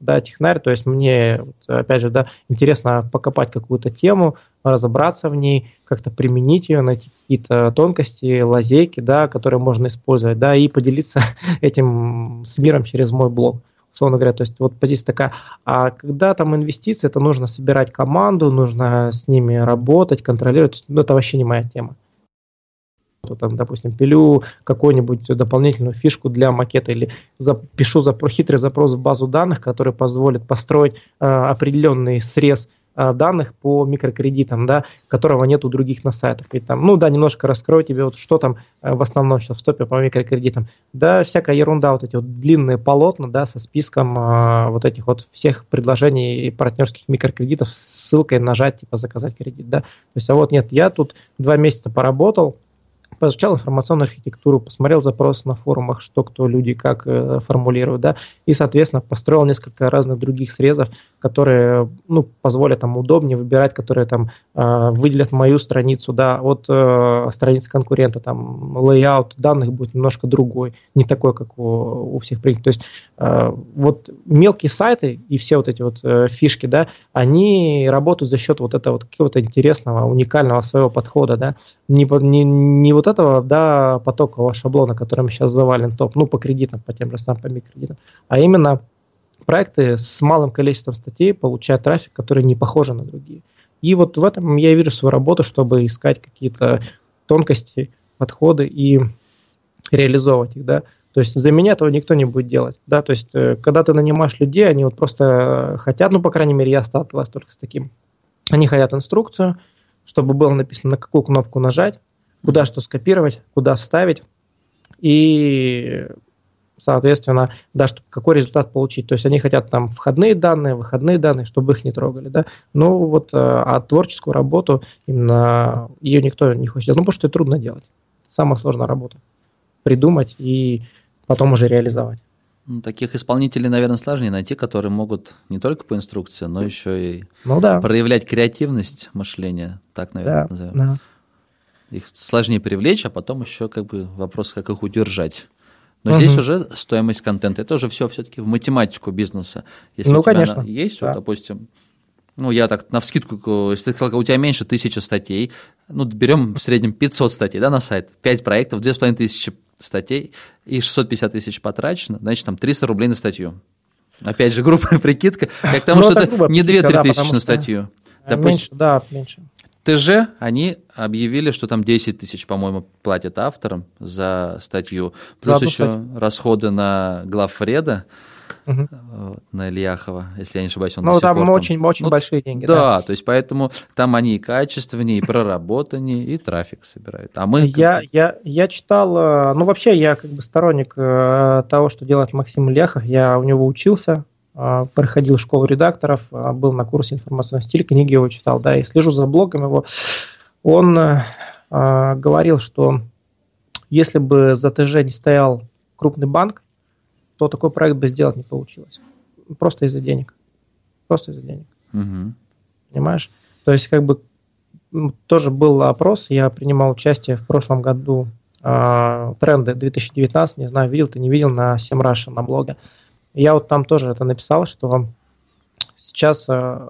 да, технарь, то есть мне, опять же, да, интересно покопать какую-то тему, разобраться в ней, как-то применить ее, найти какие-то тонкости, лазейки, да, которые можно использовать, да, и поделиться этим с миром через мой блог, условно говоря. То есть вот позиция такая. А когда там инвестиции, это нужно собирать команду, нужно с ними работать, контролировать. Ну, это вообще не моя тема. Там, допустим, пилю какую-нибудь дополнительную фишку для макета или пишу хитрый запрос в базу данных, который позволит построить определенный срез данных по микрокредитам, да, которого нет у других на сайтах. Ведь там, ну да, немножко раскрою тебе, вот что там в основном сейчас в топе по микрокредитам. Да, всякая ерунда, вот эти вот длинные полотна, да, со списком вот этих вот всех предложений партнерских микрокредитов с ссылкой нажать, типа заказать кредит, да. То есть, а вот нет, я тут 2 месяца поработал, поизучал информационную архитектуру, посмотрел запросы на форумах, что кто, люди, как формулируют, да, и, соответственно, построил несколько разных других срезов, которые, ну, позволят там удобнее выбирать, которые там выделят мою страницу, да, от страницы конкурента, там, лейаут данных будет немножко другой, не такой, как у всех принято. То есть вот мелкие сайты и все вот эти вот фишки, да, они работают за счет вот этого вот какого-то интересного, уникального своего подхода, да, не вот этого, да, потокового шаблона, которым сейчас завален топ, ну, по кредитам, по тем же самым, по микрокредитам, а именно проекты с малым количеством статей получают трафик, который не похож на другие. И вот в этом я вижу свою работу, чтобы искать какие-то тонкости, подходы и реализовывать их, да. То есть за меня этого никто не будет делать, да, то есть когда ты нанимаешь людей, они вот просто хотят, ну, по крайней мере, я сталкивался только с таким, они хотят инструкцию, чтобы было написано, на какую кнопку нажать, куда что скопировать, куда вставить, и, соответственно, да, чтобы какой результат получить. То есть они хотят там входные данные, выходные данные, чтобы их не трогали, да. Ну вот, а творческую работу, именно ее никто не хочет делать, ну, потому что это трудно делать. Самая сложная работа. Придумать и потом уже реализовать. Ну, таких исполнителей, наверное, сложнее найти, которые могут не только по инструкции, но еще и проявлять креативность мышления, так, наверное, назовем. Да. Их сложнее привлечь, а потом еще как бы вопрос, как их удержать. Но здесь уже стоимость контента, это уже все-таки в математику бизнеса. Если у тебя конечно. Есть, да. Вот, допустим, ну, я так навскидку, если ты сказал, у тебя меньше 1000 статей, ну, берем в среднем 500 статей, да, на сайт, 5 проектов, 2500 статей и 650 тысяч потрачено, значит, там 300 рублей на статью. Опять же, грубая прикидка, как к тому, что это не 2-3 тысячи на статью. Допустим, меньше. ТЖ, они объявили, что там 10 тысяч, по-моему, платят авторам за статью, плюс еще расходы на главреда, на Ильяхова, если я не ошибаюсь, он до сих пор там очень большие деньги. Да, то есть поэтому там они и качественнее, и проработаннее, и трафик собирают. А мы... Я читал, ну вообще я как бы сторонник того, что делает Максим Ильяхов, я у него учился, проходил школу редакторов, был на курсе информационного стиля, книги его читал, да, и слежу за блогом его. Он говорил, что если бы за ТЖ не стоял крупный банк, то такой проект бы сделать не получилось. Просто из-за денег. Понимаешь? То есть, как бы, тоже был опрос, я принимал участие в прошлом году, тренды 2019, не знаю, видел ты, не видел, на Semrush на блоге. Я вот там тоже это написал, что сейчас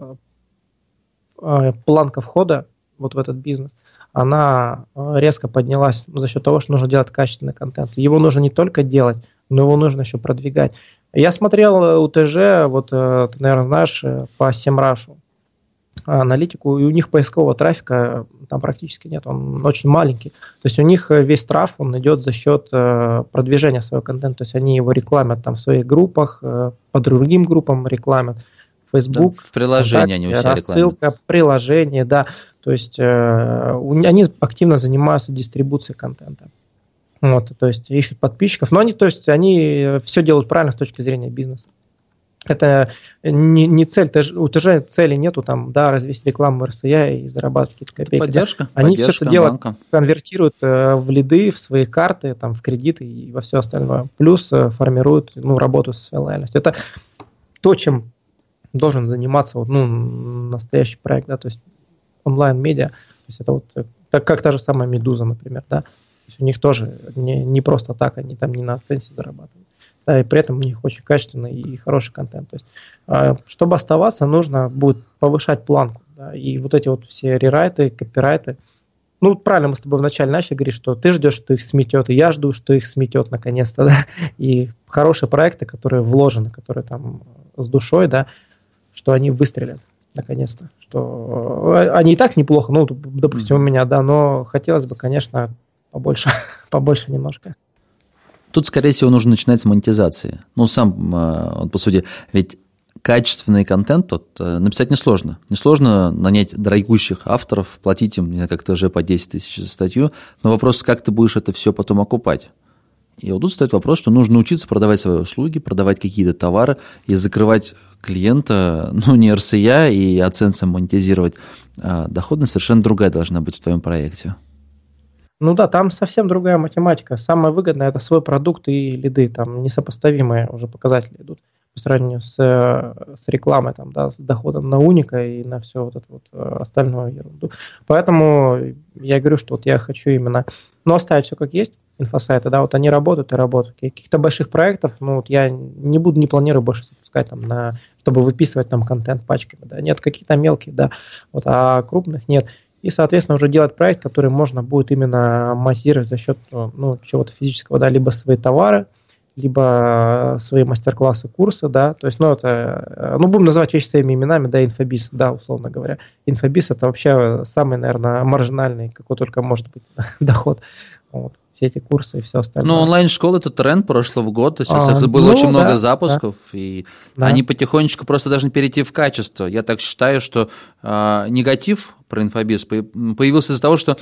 планка входа вот в этот бизнес, она резко поднялась за счет того, что нужно делать качественный контент. Его нужно не только делать, но его нужно еще продвигать. Я смотрел у ТЖ, вот ты, наверное, знаешь, по Semrush аналитику, и у них поискового трафика там практически нет, он очень маленький. То есть у них весь трафик, он идет за счет продвижения своего контента, то есть они его рекламят там в своих группах, по другим группам рекламят, Facebook, да, в приложении они у себя рассылка, рекламят. Приложение, да, то есть они активно занимаются дистрибуцией контента. Вот, то есть ищут подписчиков, но они все делают правильно с точки зрения бизнеса. Это не цель, у ТЖ цели нету там, да, развести рекламу РСЯ и зарабатывать какие-то копейки. Поддержка. Они все это дело конвертируют в лиды, в свои карты, там, в кредиты и во все остальное. Плюс формируют, работу со своей лояльностью. Это то, чем должен заниматься настоящий проект, да, то есть онлайн-медиа. То есть это вот как та же самая Медуза, например, да. То есть у них тоже не просто так, они там не на AdSense зарабатывают. да, и при этом у них очень качественный и хороший контент. То есть, чтобы оставаться, нужно будет повышать планку. Да, и вот эти вот все рерайты, копирайты. Ну, правильно мы с тобой вначале начали говорить, что ты ждешь, что их сметет, и я жду, что их сметет наконец-то, да. И хорошие проекты, которые вложены, которые там с душой, да, что они выстрелят наконец-то. Что они и так неплохо, ну, допустим, у меня, да, но хотелось бы, конечно, побольше немножко. Тут, скорее всего, нужно начинать с монетизации. Ну, сам, по сути, ведь качественный контент тут написать несложно. Несложно нанять дорогущих авторов, платить им, не знаю, как-то уже по 10 тысяч за статью, но вопрос, как ты будешь это все потом окупать. И вот тут стоит вопрос, что нужно учиться продавать свои услуги, продавать какие-то товары и закрывать клиента, ну, не RCA и AdSense монетизировать. Доходность совершенно другая должна быть в твоем проекте. Ну да, там совсем другая математика. Самое выгодное – это свой продукт и лиды. Там несопоставимые уже показатели идут по сравнению с рекламой, там, да, с доходом на уника и на все вот это вот остальную ерунду. Поэтому я говорю, что вот я хочу именно, ну, оставить все как есть, инфосайты, да, вот они работают и работают. Каких-то больших проектов, ну, вот я не планирую больше запускать там, чтобы выписывать там контент пачками, да, нет, какие-то мелкие, да, вот, а крупных нет. И, соответственно, уже делать проект, который можно будет именно монетизировать за счет, ну, чего-то физического, да, либо свои товары, либо свои мастер-классы, курсы, да, то есть, ну, это, ну, будем называть вещи своими именами, да, инфобиз, да, условно говоря. Инфобиз – это вообще самый, наверное, маржинальный, какой только может быть доход, вот, все эти курсы и все остальное. Ну, онлайн-школа – это тренд прошлого года, сейчас было очень много запусков, да. И они потихонечку просто должны перейти в качество. Я так считаю, что негатив про инфобиз появился из-за того, что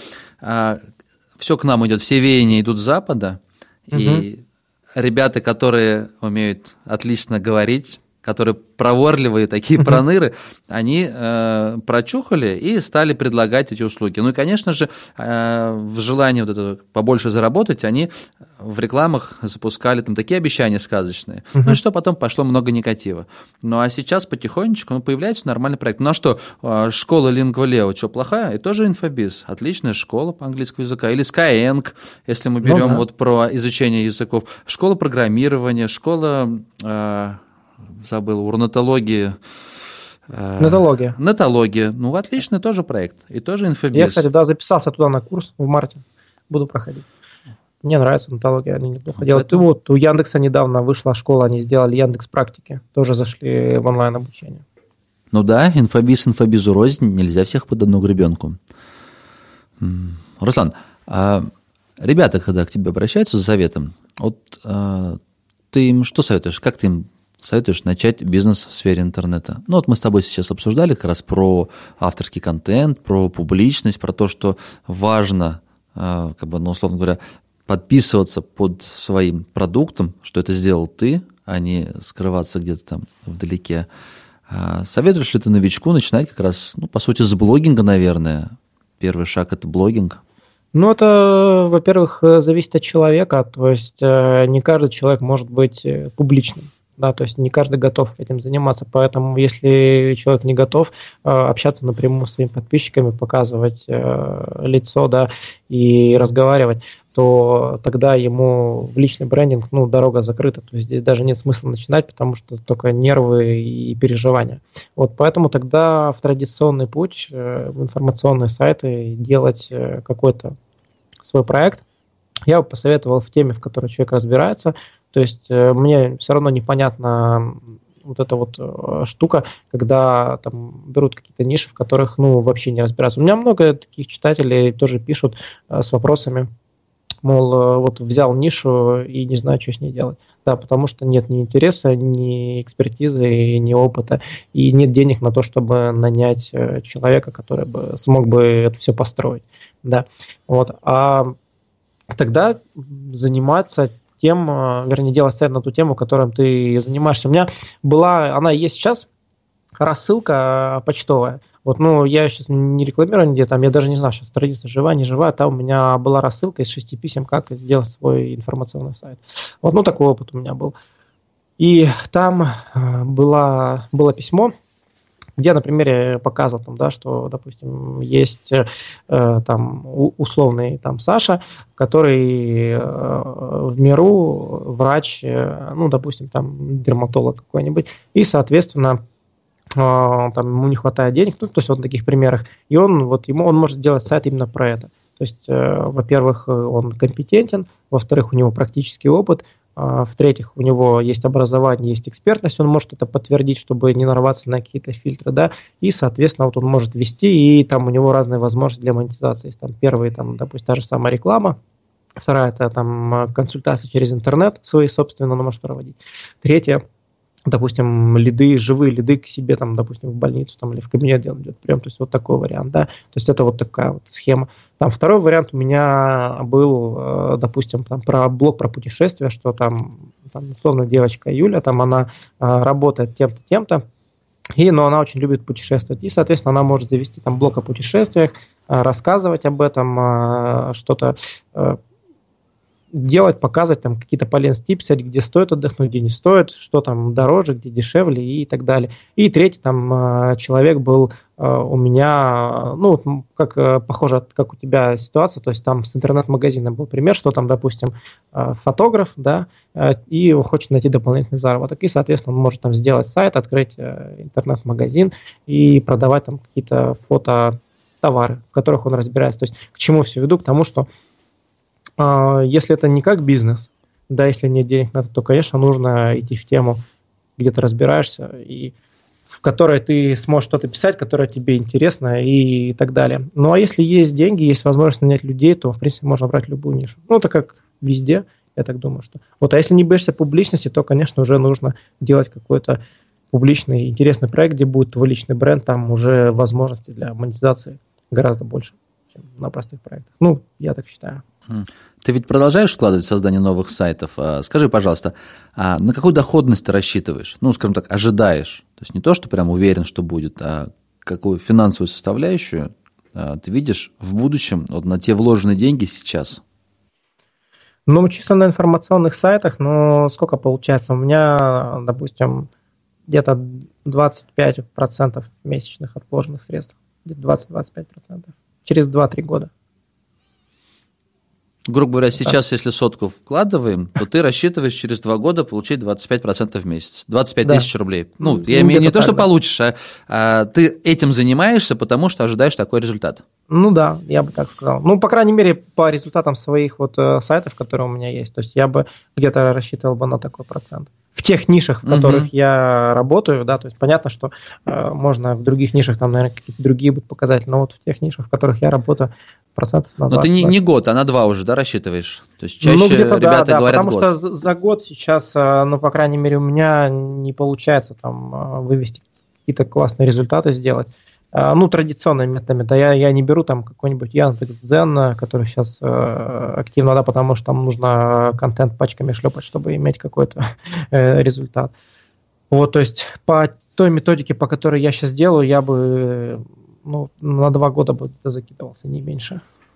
все к нам идет, все веяния идут с Запада, и ребята, которые умеют отлично говорить, которые проворливые, такие проныры, они прочухали и стали предлагать эти услуги. Ну и, конечно же, в желании вот это побольше заработать, они в рекламах запускали там такие обещания сказочные. Ну и что, потом пошло много негатива. Ну а сейчас потихонечку появляется нормальный проект. Ну а что, школа Lingua.leo, что, плохая? И тоже инфобиз. Отличная школа по английскому языку. Или Skyeng, если мы берем вот про изучение языков. Школа программирования, школа... забыл, урнатологии. Нетология. Ну, отличный тоже проект. И тоже инфобиз. Я, кстати, да, записался туда на курс в марте. Буду проходить. Мне нравится нетология, они неплохо делают. И вот у Яндекса недавно вышла школа, они сделали Яндекс практики. Тоже зашли в онлайн-обучение. Ну да, инфобизу рознь. Нельзя всех под одну гребенку. Руслан, ребята, когда к тебе обращаются за советом, вот ты им что советуешь? Как ты им советуешь начать бизнес в сфере интернета? Ну вот мы с тобой сейчас обсуждали как раз про авторский контент, про публичность, про то, что важно, как бы, ну, условно говоря, подписываться под своим продуктом, что это сделал ты, а не скрываться где-то там вдалеке. Советуешь ли ты новичку начинать как раз, ну, по сути, с блогинга, наверное? Первый шаг – это блогинг. Ну, это, во-первых, зависит от человека, то есть не каждый человек может быть публичным. Да, то есть не каждый готов этим заниматься, поэтому если человек не готов общаться напрямую с своими подписчиками, показывать лицо, да, и разговаривать, то тогда ему в личный брендинг, ну, дорога закрыта, то есть здесь даже нет смысла начинать, потому что только нервы и переживания. Вот поэтому тогда в традиционный путь, в информационные сайты делать какой-то свой проект, я бы посоветовал в теме, в которой человек разбирается. То есть мне все равно непонятна вот эта вот штука, когда там берут какие-то ниши, в которых, ну, вообще не разбираются. У меня много таких читателей тоже пишут с вопросами, мол, вот взял нишу и не знаю, что с ней делать. Да, потому что нет ни интереса, ни экспертизы, ни опыта, и нет денег на то, чтобы нанять человека, который бы смог бы это все построить. Да, вот. А тогда заниматься тем, вернее, делать сайт на ту тему, которой ты занимаешься. У меня была, она есть сейчас, рассылка почтовая. Вот, ну, я сейчас не рекламирую нигде, там, я даже не знаю, сейчас страница жива, не жива, там у меня была рассылка из 6 писем, как сделать свой информационный сайт. Вот, ну, такой опыт у меня был. И там было письмо, где на примере показывал, там, да, что, допустим, есть там условный там Саша, который в миру врач, ну, допустим, там дерматолог какой-нибудь, и, соответственно, там ему не хватает денег, ну, то есть вот на таких примерах, и он может сделать сайт именно про это. То есть, во-первых, он компетентен, во-вторых, у него практический опыт, в-третьих, у него есть образование, есть экспертность, он может это подтвердить, чтобы не нарваться на какие-то фильтры, да, и, соответственно, вот он может вести, и там у него разные возможности для монетизации. Есть там первые, там, допустим, та же самая реклама, вторая, это там консультации через интернет, свои собственно, он может проводить. Третья, допустим, живые лиды к себе, там, допустим, в больницу там, или в кабинет делать идет прием, то есть вот такой вариант, да, то есть это вот такая вот схема. Там второй вариант у меня был, допустим, там, про блог про путешествия, что там условно девочка Юля, там она работает тем-то, тем-то, но она очень любит путешествовать, и, соответственно, она может завести там блог о путешествиях, рассказывать об этом, что-то делать, показывать там какие-то полезные типы, писать, где стоит отдохнуть, где не стоит, что там дороже, где дешевле и так далее. И третий там человек был у меня, ну, как похоже, как у тебя ситуация, то есть там с интернет-магазина был пример, что там, допустим, фотограф, да, и хочет найти дополнительный заработок, и, соответственно, он может там сделать сайт, открыть интернет-магазин и продавать там какие-то фототовары, в которых он разбирается. То есть к чему все веду? К тому, что если это не как бизнес, да, если нет денег на это, то, конечно, нужно идти в тему, где ты разбираешься, и в которой ты сможешь что-то писать, которое тебе интересно и так далее. Ну, а если есть деньги, есть возможность нанять людей, то, в принципе, можно брать любую нишу. Ну, это как везде, я так думаю, что... Вот, а если не боишься публичности, то, конечно, уже нужно делать какой-то публичный, интересный проект, где будет твой личный бренд, там уже возможности для монетизации гораздо больше, чем на простых проектах. Ну, я так считаю. Ты ведь продолжаешь вкладывать в создание новых сайтов. Скажи, пожалуйста, на какую доходность ты рассчитываешь? Ну, скажем так, ожидаешь. То есть не то, что прям уверен, что будет, а какую финансовую составляющую ты видишь в будущем вот на те вложенные деньги сейчас? Ну, чисто на информационных сайтах, ну, сколько получается? У меня, допустим, где-то 25% месячных от вложенных средств. Где-то 20-25%. Через 2-3 года. Грубо говоря, сейчас, если 100 вкладываем, то ты рассчитываешь через 2 года получить 25% в месяц. 25 тысяч рублей. Ну, я имею не то, что получишь, а ты этим занимаешься, потому что ожидаешь такой результат. Ну да, я бы так сказал. Ну, по крайней мере, по результатам своих вот сайтов, которые у меня есть. То есть я бы где-то рассчитывал бы на такой процент. В тех нишах, в которых я работаю, да, то есть понятно, что можно в других нишах, там, наверное, какие-то другие будут показатели, но вот в тех нишах, в которых я работаю, процентов на 20. Но ты не год, а на 2 уже, да, рассчитываешь? То есть чаще ребята говорят потому год. Что за год сейчас, ну, по крайней мере, у меня не получается там вывести какие-то классные результаты сделать. Ну, традиционными методами, да, я не беру там какой-нибудь Яндекс.Дзен, который сейчас активно, да, потому что там нужно контент пачками шлепать, чтобы иметь какой-то результат. Вот, то есть по той методике, по которой я сейчас делаю, я бы, ну, на 2 года бы закидывался, не меньше.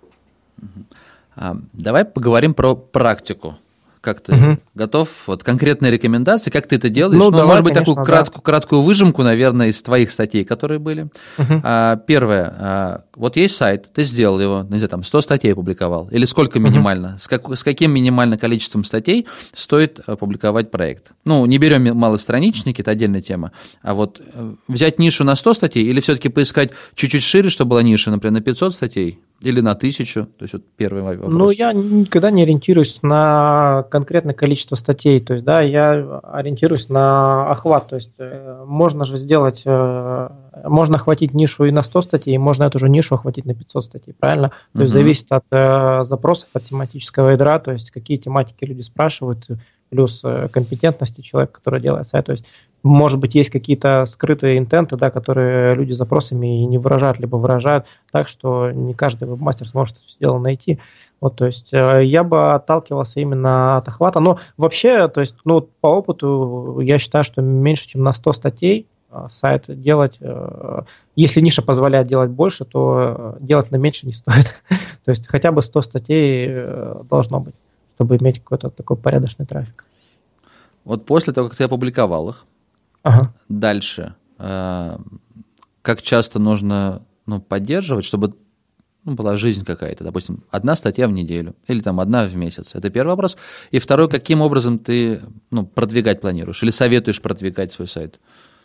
Давай поговорим про практику. Как ты готов? Вот конкретные рекомендации, как ты это делаешь? Ну, давай, может быть, конечно, такую краткую выжимку, наверное, из твоих статей, которые были. Первое. Вот есть сайт, ты сделал его, не знаю, там 100 статей опубликовал. Или сколько минимально? С каким минимальным количеством статей стоит опубликовать проект? Ну, не берем малостраничники, это отдельная тема. А вот взять нишу на 100 статей или все-таки поискать чуть-чуть шире, чтобы была ниша, например, на 500 статей? Или на 1000? То есть, вот первый вопрос. Ну, я никогда не ориентируюсь на конкретное количество статей. То есть, да, я ориентируюсь на охват. То есть, можно же сделать, можно охватить нишу и на 100 статей, можно эту же нишу охватить на 500 статей, правильно? То есть, зависит от запросов, от тематического ядра, то есть, какие тематики люди спрашивают, плюс компетентности человека, который делает сайт. То есть, может быть, есть какие-то скрытые интенты, да, которые люди запросами не выражают, либо выражают так, что не каждый веб-мастер сможет это все дело найти. Вот, то есть, я бы отталкивался именно от охвата. Но вообще, то есть, ну, по опыту, я считаю, что меньше, чем на 100 статей сайт делать, если ниша позволяет делать больше, то делать на меньше не стоит. То есть, хотя бы 100 статей должно быть, чтобы иметь какой-то такой порядочный трафик. Вот после того, как ты опубликовал их, дальше как часто нужно поддерживать, чтобы была жизнь какая-то, допустим, 1 статья в неделю или там 1 в месяц. Это первый вопрос. И второй, каким образом ты продвигать планируешь или советуешь продвигать свой сайт?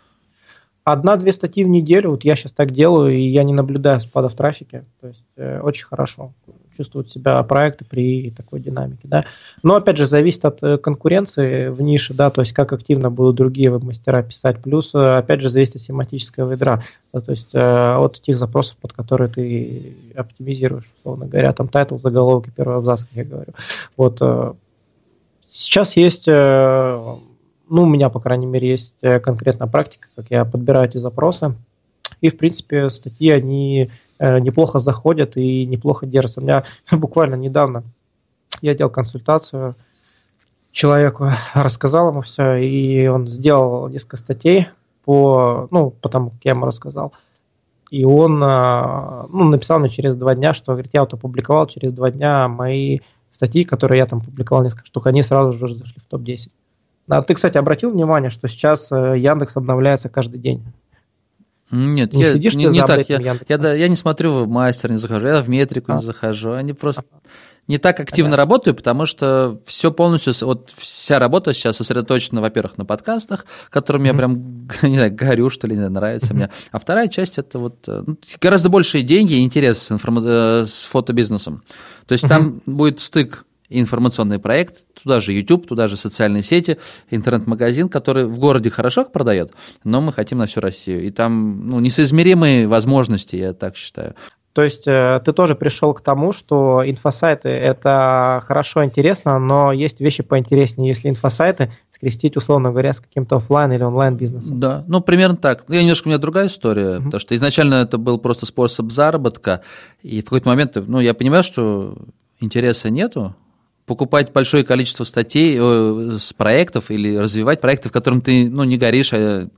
1-2 статьи в неделю, вот я сейчас так делаю, и я не наблюдаю спада в трафике, то есть очень хорошо чувствуют себя проекты при такой динамике, да. Но опять же зависит от конкуренции в нише, да, то есть как активно будут другие веб-мастера писать, плюс опять же зависит от семантического ядра, да, то есть от тех запросов, под которые ты оптимизируешь, условно говоря, там тайтл, заголовки, первый абзац, как я говорю. Вот сейчас есть... у меня, по крайней мере, есть конкретная практика, как я подбираю эти запросы. И, в принципе, статьи, они неплохо заходят и неплохо держатся. У меня буквально недавно я делал консультацию человеку, рассказал ему все, и он сделал несколько статей по тому, как я ему рассказал. И он написал мне через 2 дня, что, говорит, я вот опубликовал через 2 дня мои статьи, которые я там публиковал несколько штук, они сразу же зашли в топ-10. А ты, кстати, обратил внимание, что сейчас Яндекс обновляется каждый день? Нет, не следишь не за так. Яндекса? Я не смотрю в Мастер, не захожу, я в Метрику не захожу. Они просто не так активно работают, потому что все полностью, вот вся работа сейчас сосредоточена, во-первых, на подкастах, которыми я прям, не знаю, горю, что ли, нравится мне. А вторая часть – это вот гораздо большие деньги и интерес с фотобизнесом. То есть там будет стык. Информационный проект, туда же YouTube, туда же социальные сети, интернет-магазин, который в городе хорошо продает, но мы хотим на всю Россию. И там несоизмеримые возможности, я так считаю. То есть ты тоже пришел к тому, что инфосайты – это хорошо, интересно, но есть вещи поинтереснее, если инфосайты скрестить, условно говоря, с каким-то офлайн или онлайн-бизнесом. Да, примерно так. У меня другая история, потому что изначально это был просто способ заработка, и в какой-то момент я понимаю, что интереса нету, покупать большое количество статей с проектов или развивать проекты, в котором ты не горишь,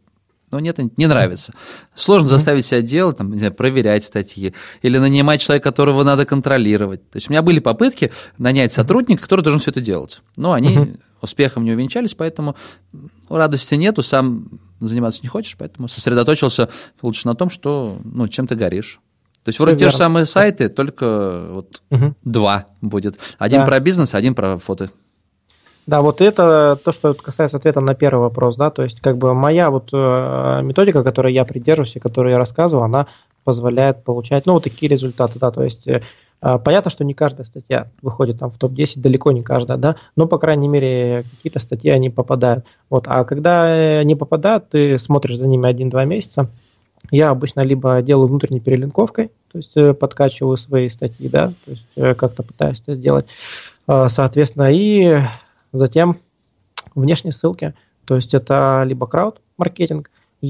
не нравится. Сложно заставить себя делать, проверять статьи или нанимать человека, которого надо контролировать. То есть у меня были попытки нанять сотрудника, который должен все это делать. Но они успехом не увенчались, поэтому радости нету, сам заниматься не хочешь, поэтому сосредоточился лучше на том, что чем ты горишь. То есть вроде те же самые сайты, только 2 будет. Один про бизнес, один про фото. Да, вот это то, что касается ответа на первый вопрос, да, то есть как бы моя методика, которой я придерживаюсь и которую я рассказывал, она позволяет получать, такие результаты, да, то есть понятно, что не каждая статья выходит там в топ-10, далеко не каждая, да, но, по крайней мере, какие-то статьи, они попадают. А когда не попадают, ты смотришь за ними 1-2 месяца. Я обычно либо делаю внутренней перелинковкой, то есть подкачиваю свои статьи, да, то есть как-то пытаюсь это сделать, соответственно, и затем внешние ссылки, то есть это либо крауд-маркетинг,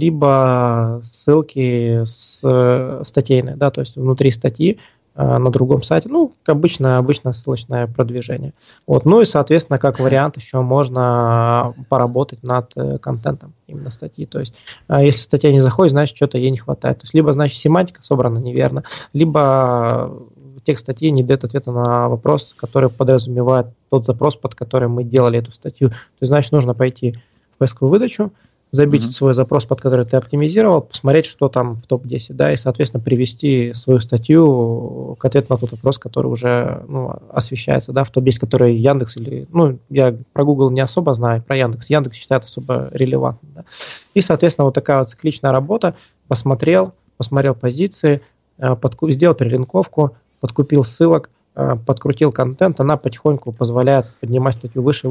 либо ссылки статейные, да, то есть внутри статьи на другом сайте, обычное ссылочное продвижение. И, соответственно, как вариант еще можно поработать над контентом именно статьи. То есть, если статья не заходит, значит, что-то ей не хватает. То есть, либо, значит, семантика собрана неверно, либо текст статьи не дает ответа на вопрос, который подразумевает тот запрос, под который мы делали эту статью. То есть, значит, нужно пойти в поисковую выдачу, забить свой запрос, под который ты оптимизировал, посмотреть, что там в топ-10, да, и, соответственно, привести свою статью к ответу на тот вопрос, который уже освещается, да, в топ-10, который Яндекс или, я про Google не особо знаю, про Яндекс. Яндекс считает особо релевантным, да. И, соответственно, вот такая вот цикличная работа, посмотрел позиции, сделал перелинковку, подкупил ссылок, подкрутил контент, она потихоньку позволяет поднимать статью выше.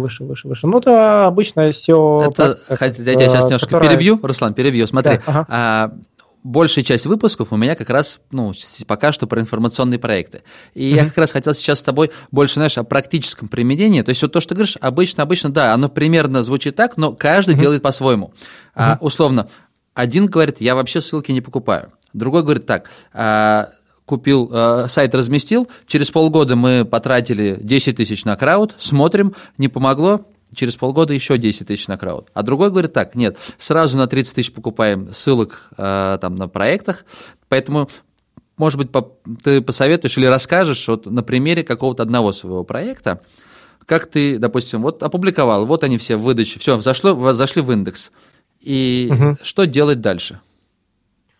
Это обычно все... Я тебя сейчас немножко перебью, Руслан, смотри. Да, большая часть выпусков у меня как раз, пока что про информационные проекты. И я как раз хотел сейчас с тобой больше, о практическом применении. То есть вот то, что ты говоришь, обычно, да, оно примерно звучит так, но каждый делает по-своему. Условно, один говорит, я вообще ссылки не покупаю. Другой говорит так, купил, сайт разместил, через полгода мы потратили 10 тысяч на крауд, смотрим, не помогло, через полгода еще 10 тысяч на крауд. А другой говорит так, нет, сразу на 30 тысяч покупаем ссылок на проектах, поэтому, может быть, ты посоветуешь или расскажешь на примере какого-то одного своего проекта, как ты, допустим, опубликовал, вот они все в выдаче, все, зашли в индекс, и что делать дальше?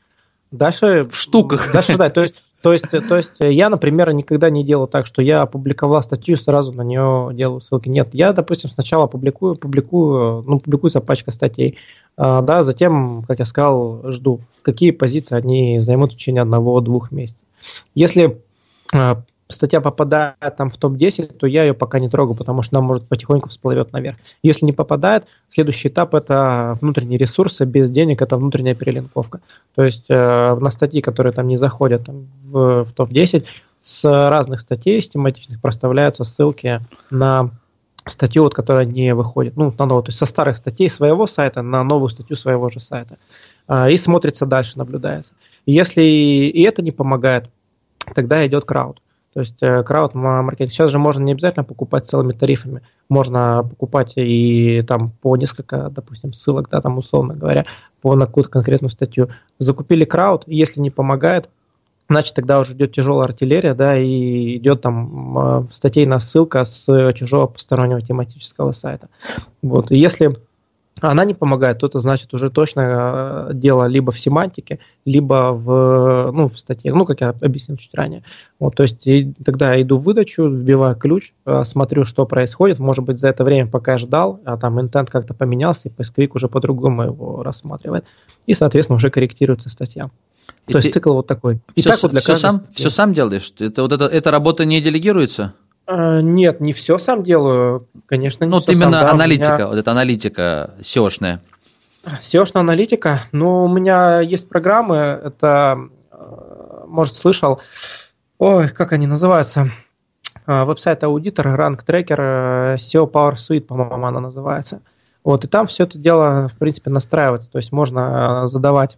Дальше в штуках. Дальше, да, то есть я, например, никогда не делаю так, что я опубликовал статью, сразу на нее делаю ссылки. Нет, я, допустим, сначала публикуется пачка статей, да, затем, как я сказал, жду, какие позиции они займут в течение 1-2 месяцев. Если статья попадает там в топ-10, то я ее пока не трогаю, потому что она может потихоньку всплывет наверх. Если не попадает, следующий этап – это внутренние ресурсы, без денег – это внутренняя перелинковка. То есть на статьи, которые там не заходят там, в топ-10, с разных статей, с тематичных, проставляются ссылки на статью, вот, которая не выходит, на новую, то есть со старых статей своего сайта на новую статью своего же сайта. И смотрится дальше, наблюдается. Если и это не помогает, тогда идет крауд. То есть крауд-маркетинг. Сейчас же можно не обязательно покупать целыми тарифами. Можно покупать и там по несколько, допустим, ссылок, да, там условно говоря, на какую-то конкретную статью. Закупили крауд, если не помогает, значит, тогда уже идет тяжелая артиллерия, да, и идет там статейная ссылка с чужого постороннего тематического сайта. Вот. И если она не помогает, то это значит уже точно дело либо в семантике, либо в статье, как я объяснил чуть ранее. Вот, то есть тогда я иду в выдачу, вбиваю ключ, смотрю, что происходит. Может быть, за это время, пока я ждал, там интент как-то поменялся, и поисковик уже по-другому его рассматривает. И, соответственно, уже корректируется статья. То есть цикл вот такой. И так вот для каждой все сам делаешь? Эта работа не делегируется? Нет, не все сам делаю, конечно, не все именно сам. Да, аналитика, вот эта аналитика SEO-шная. SEO-шная аналитика, у меня есть программы, это, может, слышал, как они называются, веб-сайт-аудитор, ранг-трекер, SEO Power Suite, по-моему, она называется. Вот, и там все это дело, в принципе, настраивается, то есть можно задавать...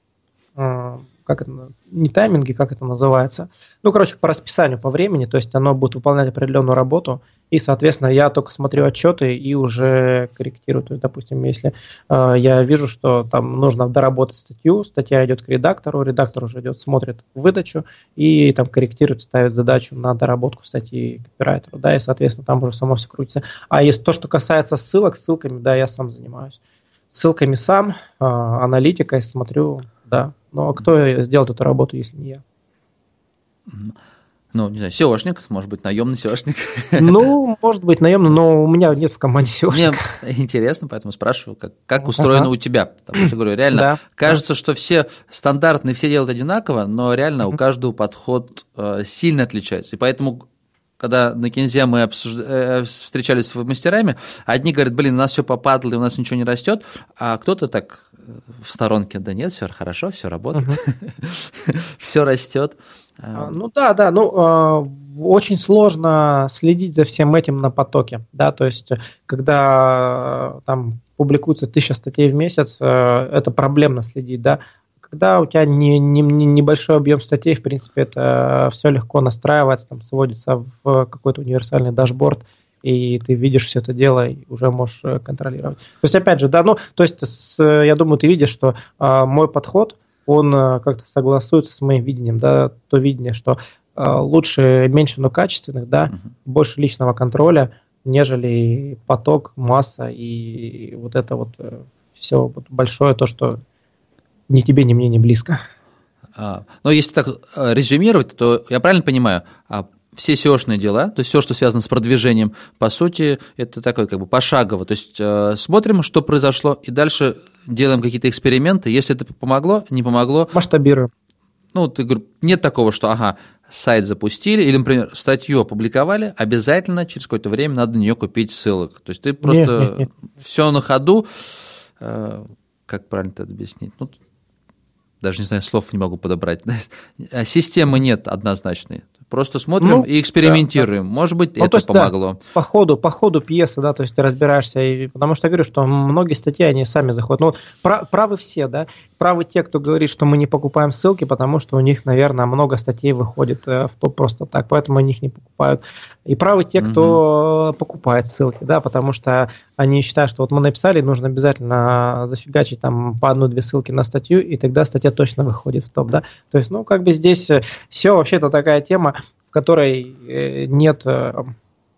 не тайминги, как это называется. По расписанию, по времени, то есть оно будет выполнять определенную работу, и, соответственно, я только смотрю отчеты и уже корректирую. То есть, допустим, если я вижу, что там нужно доработать статью, статья идет к редактор уже идет, смотрит выдачу и там корректирует, ставит задачу на доработку статьи копирайтеру, да, и, соответственно, там уже само все крутится. А если то, что касается ссылками, да, я сам занимаюсь. Ссылками сам, аналитикой смотрю, да. Но кто сделает эту работу, если не я? Не знаю, SEOшник, может быть, наемный SEOшник. Может быть, наемный, но у меня нет в команде SEOшника. Мне интересно, поэтому спрашиваю, как устроено у тебя. Потому что, говорю, реально кажется, что все стандартные, все делают одинаково, но реально у каждого подход сильно отличается. И поэтому... Когда на Кинзе мы встречались с мастерами, одни говорят, у нас все попадало, и у нас ничего не растет, а кто-то так в сторонке, да нет, все хорошо, все работает, все растет. Очень сложно следить за всем этим на потоке, да, то есть когда там публикуется 1000 статей в месяц, это проблемно следить, да. Когда у тебя небольшой объем статей, в принципе, это все легко настраивается, там сводится в какой-то универсальный дашборд, и ты видишь все это дело и уже можешь контролировать. То есть, опять же, да, я думаю, ты видишь, что мой подход, он как-то согласуется с моим видением, да, то видение, что лучше меньше, но качественных, да, больше личного контроля, нежели поток, масса и вот это вот все большое, то, что ни тебе, ни мне не близко. Но если так резюмировать, то я правильно понимаю, все SEO-шные дела, то есть все, что связано с продвижением, по сути, это такое пошагово. То есть смотрим, что произошло, и дальше делаем какие-то эксперименты. Если это помогло, не помогло. Масштабируем. Нет такого, что сайт запустили, или, например, статью опубликовали, обязательно через какое-то время надо на нее купить ссылок. То есть ты просто нет. Все на ходу. Как правильно это объяснить? Даже не знаю, слов не могу подобрать. Системы нет однозначной. Просто смотрим и экспериментируем. Да. Может быть, это помогло. Да, по ходу пьесы, да, то есть ты разбираешься. Потому что я говорю, что многие статьи, они сами заходят. Правы все, да. Правы те, кто говорит, что мы не покупаем ссылки, потому что у них, наверное, много статей выходит в топ просто так, поэтому они их не покупают. И правы те, кто покупает ссылки, да, потому что они считают, что мы написали, нужно обязательно зафигачить там по 1-2 ссылки на статью, и тогда статья точно выходит в топ, да. То есть, здесь SEO вообще-то такая тема, в которой нет 100%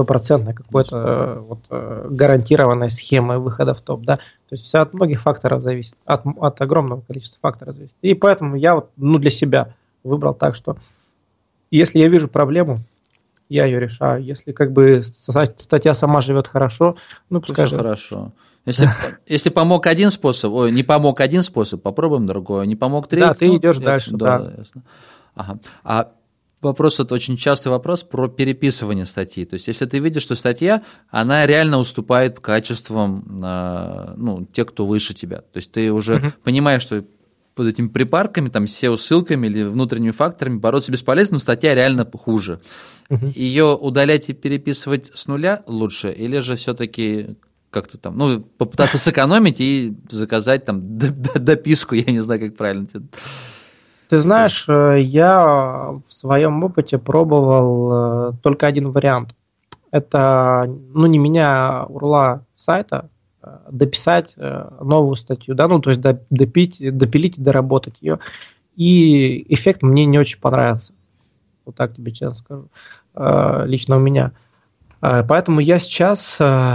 стопроцентной какой-то гарантированной схемы выхода в топ, да. То есть все от многих факторов зависит, от огромного количества факторов зависит. И поэтому я для себя выбрал так, что если я вижу проблему, я ее решаю. Если статья сама живет хорошо, пускай все хорошо. Если помог один способ, не помог один способ, попробуем другой. Не помог третий. Да, ты идешь дальше. Да. Ясно. Ага. А вопрос, это очень частый вопрос про переписывание статьи. То есть, если ты видишь, что статья, она реально уступает качествам те, кто выше тебя. То есть, ты уже понимаешь, что под этими припарками, там, SEO-ссылками или внутренними факторами бороться бесполезно, но статья реально хуже. Ее удалять и переписывать с нуля лучше, или же все-таки как-то там, попытаться сэкономить и заказать там дописку, я не знаю, как правильно. Ты знаешь, я в своем опыте пробовал только один вариант. Это, не меня, урла сайта, дописать новую статью, да, то есть допилить и доработать ее. И эффект мне не очень понравился. Вот так тебе честно скажу. Лично у меня. Поэтому я сейчас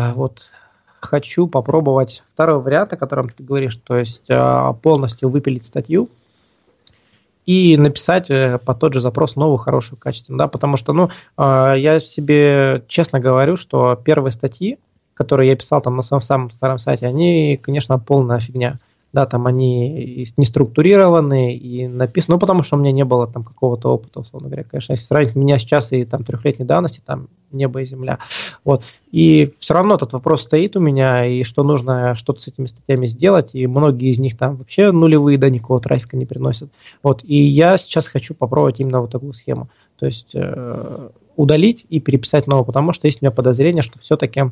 хочу попробовать второй вариант, о котором ты говоришь, то есть полностью выпилить статью и написать под тот же запрос новую, хорошую, качественную, да, потому что, я себе честно говорю, что первые статьи, которые я писал там на своем самом старом сайте, они, конечно, полная фигня. Да, там они не структурированы и написаны, потому что у меня не было там какого-то опыта, условно говоря. Конечно, если сравнить меня сейчас и там 3-летней давности, там небо и земля. Вот. И все равно этот вопрос стоит у меня, и что нужно что-то с этими статьями сделать, и многие из них там вообще нулевые, да, никакого трафика не приносят. Вот. И я сейчас хочу попробовать именно вот такую схему. То есть удалить и переписать новую, потому что есть у меня подозрение, что все-таки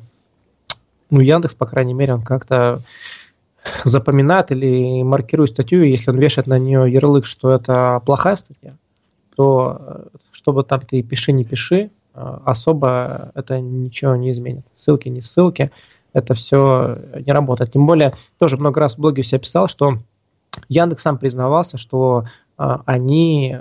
Яндекс, по крайней мере, он как-то запоминает или маркирует статью, если он вешает на нее ярлык, что это плохая статья, то чтобы там ты пиши, не пиши, особо это ничего не изменит. Ссылки, не ссылки, это все не работает. Тем более, тоже много раз в блоге все писал, что Яндекс сам признавался, что они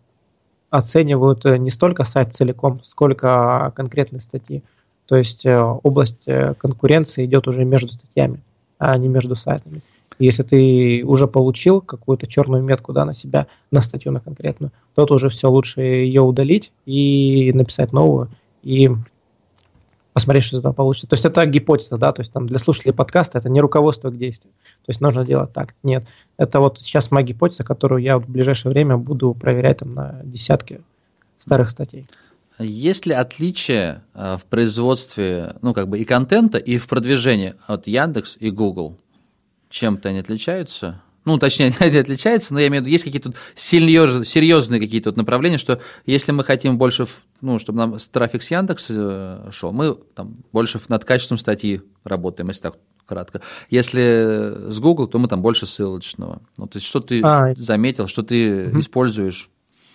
оценивают не столько сайт целиком, сколько конкретные статьи. То есть область конкуренции идет уже между статьями, а не между сайтами. Если ты уже получил какую-то черную метку, да, на себя, на статью на конкретную, то уже все лучше ее удалить и написать новую, и посмотреть, что из этого получится. То есть это гипотеза, да, то есть там для слушателей подкаста это не руководство к действию. То есть нужно делать так. Нет. Это вот сейчас моя гипотеза, которую я в ближайшее время буду проверять там на десятки старых статей. Есть ли отличие в производстве, и контента, и в продвижении от Яндекс и Google? Чем-то они отличаются? Точнее, они отличаются, но я имею в виду, есть какие-то серьезные какие-то направления, что если мы хотим больше, чтобы нам трафик с Яндекса шел, мы там больше над качеством статьи работаем, если так кратко. Если с Google, то мы там больше ссылочного. То есть, что ты заметил, что ты используешь?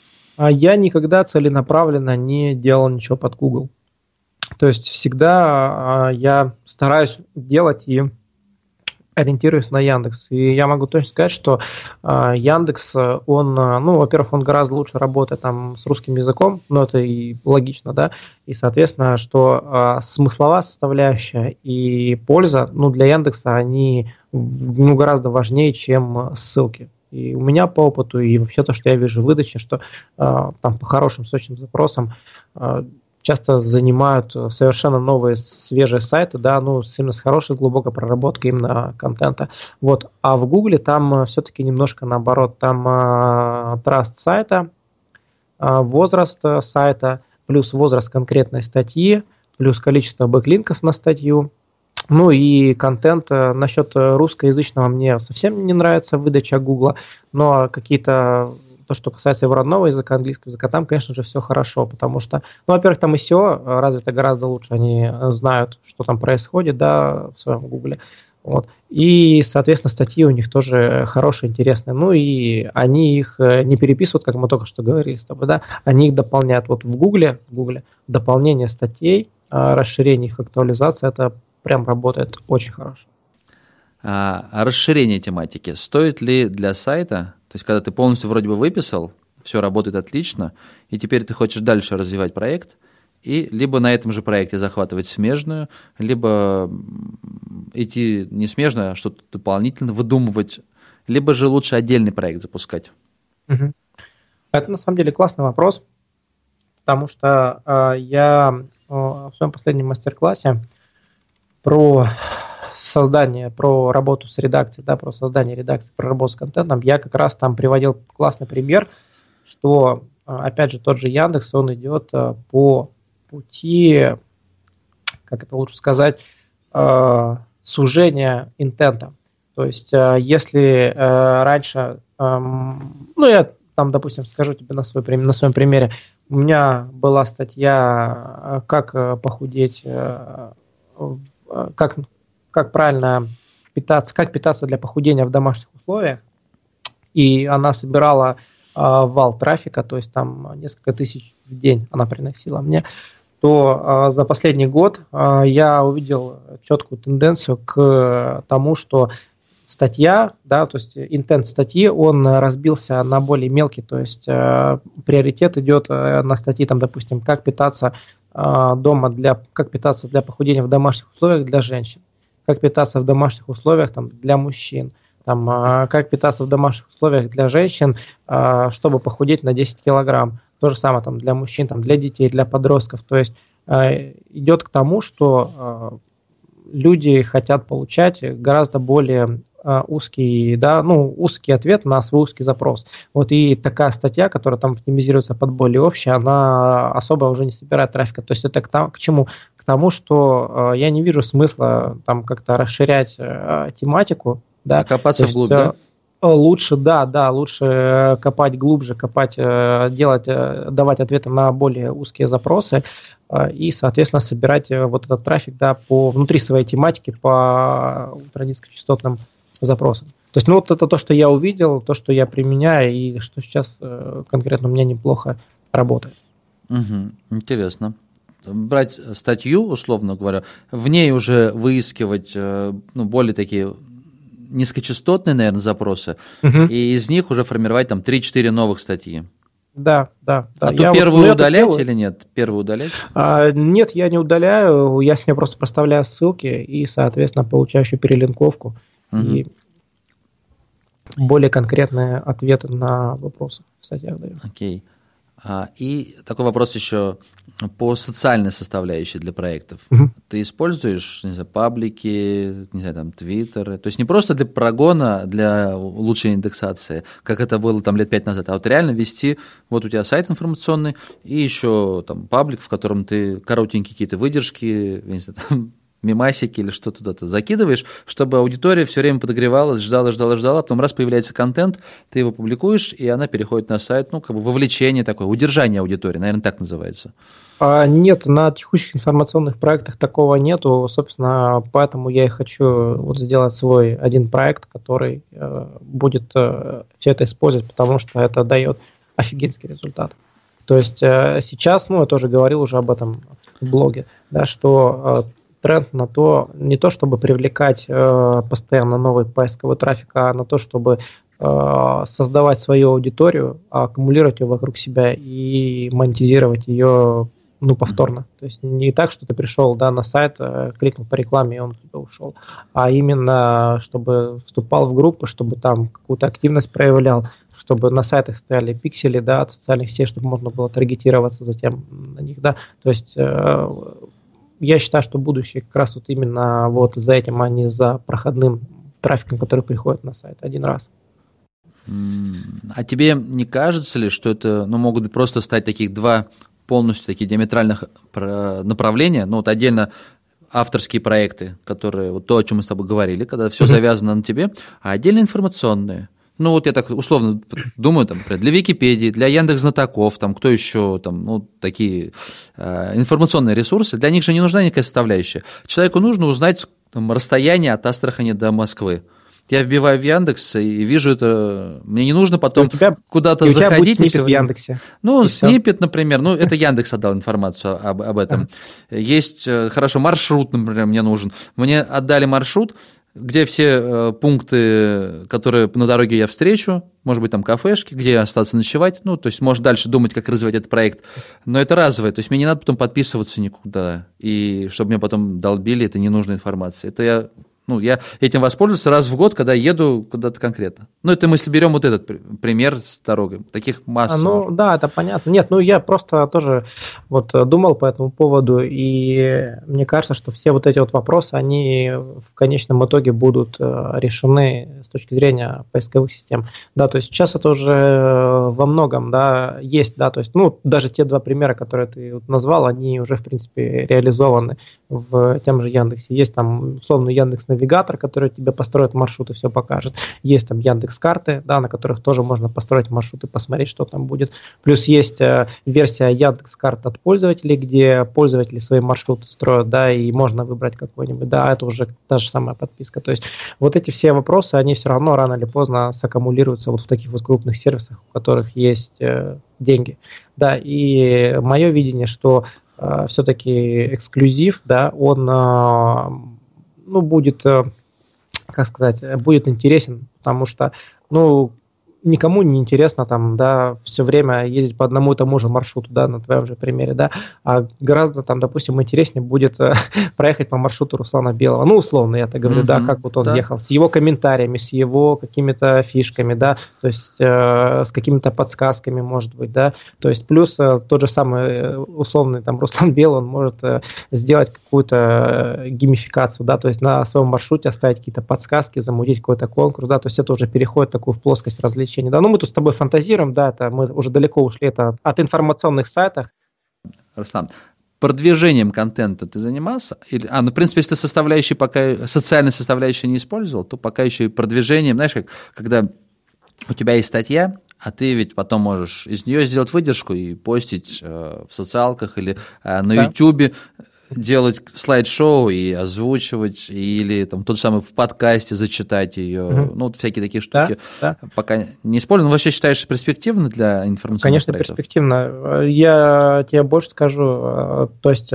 Я никогда целенаправленно не делал ничего под Google. То есть всегда я стараюсь делать и ориентируюсь на Яндекс. И я могу точно сказать, что Яндекс, он, во-первых, он гораздо лучше работает там с русским языком, это и логично, да, и, соответственно, что смысловая составляющая и польза, для Яндекса они гораздо важнее, чем ссылки. И у меня по опыту, и вообще то, что я вижу в выдаче, что там по хорошим сочным запросам часто занимают совершенно новые свежие сайты, да, именно с хорошей глубокой проработкой именно контента. Вот. А в Гугле там все-таки немножко наоборот. Там траст сайта, возраст сайта, плюс возраст конкретной статьи, плюс количество бэклинков на статью. И контент насчет русскоязычного мне совсем не нравится выдача Гугла, но какие-то, то, что касается его родного языка, английского языка, там, конечно же, все хорошо, потому что, во-первых, там и SEO развито гораздо лучше, они знают, что там происходит, да, в своем Гугле, вот, и, соответственно, статьи у них тоже хорошие, интересные, и они их не переписывают, как мы только что говорили с тобой, да, они их дополняют. Вот в Гугле дополнение статей, расширение их актуализации, это прям работает очень хорошо. А расширение тематики стоит ли для сайта? То есть, когда ты полностью вроде бы выписал, все работает отлично, и теперь ты хочешь дальше развивать проект, и либо на этом же проекте захватывать смежную, либо идти не смежную, а что-то дополнительно выдумывать, либо же лучше отдельный проект запускать? Это на самом деле классный вопрос, потому что я в своем последнем мастер-классе про создание, про работу с редакцией, да, про создание редакции, про работу с контентом, я как раз там приводил классный пример, что, опять же, тот же Яндекс, он идет по пути, как это лучше сказать, сужения интента. То есть, если раньше, я там, допустим, скажу тебе на своем примере, у меня была статья «Как похудеть», как правильно питаться, как питаться для похудения в домашних условиях, и она собирала вал трафика, то есть там несколько тысяч в день она приносила мне, то за последний год я увидел четкую тенденцию к тому, что статья, да, то есть интент статьи, он разбился на более мелкий, то есть приоритет идет на статьи, там, допустим, как питаться как питаться для похудения в домашних условиях для женщин, как питаться в домашних условиях там, для мужчин, там, как питаться в домашних условиях для женщин, чтобы похудеть на 10 килограмм. То же самое там, для мужчин, там, для детей, для подростков. То есть идет к тому, что люди хотят получать гораздо более узкий ответ на свой узкий запрос. Вот и такая статья, которая там оптимизируется под более общее, она особо уже не собирает трафика. То есть это к чему? К тому, что я не вижу смысла там как-то расширять тематику. Да? Копаться вглубь, да? Лучше копать глубже, давать ответы на более узкие запросы и, соответственно, собирать вот этот трафик, да, внутри своей тематики по ультранизкочастотным запросам. То есть, вот это то, что я увидел, то, что я применяю, и что сейчас конкретно у меня неплохо работает. Интересно. Брать статью, условно говоря, в ней уже выискивать более такие низкочастотные, наверное, запросы, и из них уже формировать там 3-4 новых статьи. Да. А то первую удалять или нет? Первую удалять? Нет, я не удаляю, я с ней просто проставляю ссылки и, соответственно, получаю еще перелинковку и более конкретные ответы на вопросы в статьях даю. Окей. И такой вопрос еще по социальной составляющей для проектов. Ты используешь, не знаю, паблики, не знаю, там, твиттеры, то есть не просто для прогона, для улучшения индексации, как это было там лет 5 назад, а вот реально вести, вот у тебя сайт информационный и еще там паблик, в котором ты коротенькие какие-то выдержки, я не знаю, там, мемасики или что туда-то закидываешь, чтобы аудитория все время подогревалась, ждала, а потом раз появляется контент, ты его публикуешь, и она переходит на сайт, вовлечение такое, удержание аудитории, наверное, так называется. Нет, на текущих информационных проектах такого нету, собственно, поэтому я и хочу сделать свой один проект, который будет все это использовать, потому что это дает офигенский результат. То есть сейчас, я тоже говорил уже об этом в блоге, да, что тренд на то, не то чтобы привлекать постоянно новый поисковый трафик, а на то, чтобы создавать свою аудиторию, аккумулировать ее вокруг себя и монетизировать ее повторно. То есть не так, что ты пришел на сайт, кликнул по рекламе, и он туда ушел, а именно, чтобы вступал в группы, чтобы там какую-то активность проявлял, чтобы на сайтах стояли пиксели, да, от социальных сетей, чтобы можно было таргетироваться затем на них, да. То есть я считаю, что будущее как раз именно за этим, а не за проходным трафиком, который приходит на сайт один раз. А тебе не кажется ли, что это могут просто стать таких два полностью такие диаметральных направления, отдельно авторские проекты, которые, то, о чем мы с тобой говорили, когда все завязано на тебе, а отдельно информационные? Я так условно думаю, например, для Википедии, для Яндекс.Знатоков, кто еще, такие информационные ресурсы, для них же не нужна никакая составляющая. Человеку нужно узнать расстояние от Астрахани до Москвы. Я вбиваю в Яндекс и вижу это, мне не нужно потом куда-то заходить. У тебя будет сниппет в Яндексе. Сниппет, например, это Яндекс отдал информацию об этом. Есть, хорошо, маршрут, например, мне нужен. Мне отдали маршрут, где все пункты, которые на дороге я встречу, может быть, там кафешки, где остаться ночевать, ну, то есть можешь дальше думать, как развивать этот проект, но это разовое, то есть мне не надо потом подписываться никуда, и чтобы мне потом долбили этой ненужной информации. Это я этим воспользуюсь раз в год, когда еду куда-то конкретно. Ну, это мы если берем вот этот пример с дорогой. Таких масс. Да, это понятно. Нет, я просто тоже вот думал по этому поводу, и мне кажется, что все вот эти вот вопросы, они в конечном итоге будут решены с точки зрения поисковых систем. Да, то есть сейчас это уже во многом, да, есть, да, то есть, даже те два примера, которые ты вот назвал, они уже, в принципе, реализованы в тем же Яндексе. Есть там, условно, Яндекс.Навигатор, который тебе построит маршрут и все покажет. Есть там Яндекс.Карты, да, на которых тоже можно построить маршрут и посмотреть, что там будет. Плюс есть версия Яндекс.Карт от пользователей, где пользователи свои маршруты строят, да, и можно выбрать какой-нибудь, да, это уже та же самая подписка. То есть вот эти все вопросы, они все равно рано или поздно саккумулируются вот в таких вот крупных сервисах, у которых есть деньги. Да, и мое видение, что все-таки эксклюзив, да, он будет, как сказать, будет интересен, потому что, никому не интересно там, да, все время ездить по одному и тому же маршруту, да, на твоем же примере, да, а гораздо там, допустим, интереснее будет проехать по маршруту Руслана Белого, условно я так говорю, да, как вот он ехал, с его комментариями, с его какими-то фишками, да, то есть с какими-то подсказками, может быть, да, то есть плюс тот же самый условный там Руслан Белый, он может сделать какую-то геймификацию, да, то есть на своем маршруте оставить какие-то подсказки, замутить какой-то конкурс, да, то есть это уже переходит такую в плоскость развлечения. Да, мы тут с тобой фантазируем, да, это мы уже далеко ушли от информационных сайтов. Руслан, продвижением контента ты занимался? В принципе, если ты социальной составляющей не использовал, то пока еще и продвижением, знаешь, когда у тебя есть статья, а ты ведь потом можешь из нее сделать выдержку и постить в социалках или на YouTube, делать слайд-шоу и озвучивать, или там тот же самый в подкасте зачитать ее, всякие такие штуки. Пока не использую. Но вообще считаешь перспективно для информационных Конечно, проектов? перспективно. Я тебе больше скажу, то есть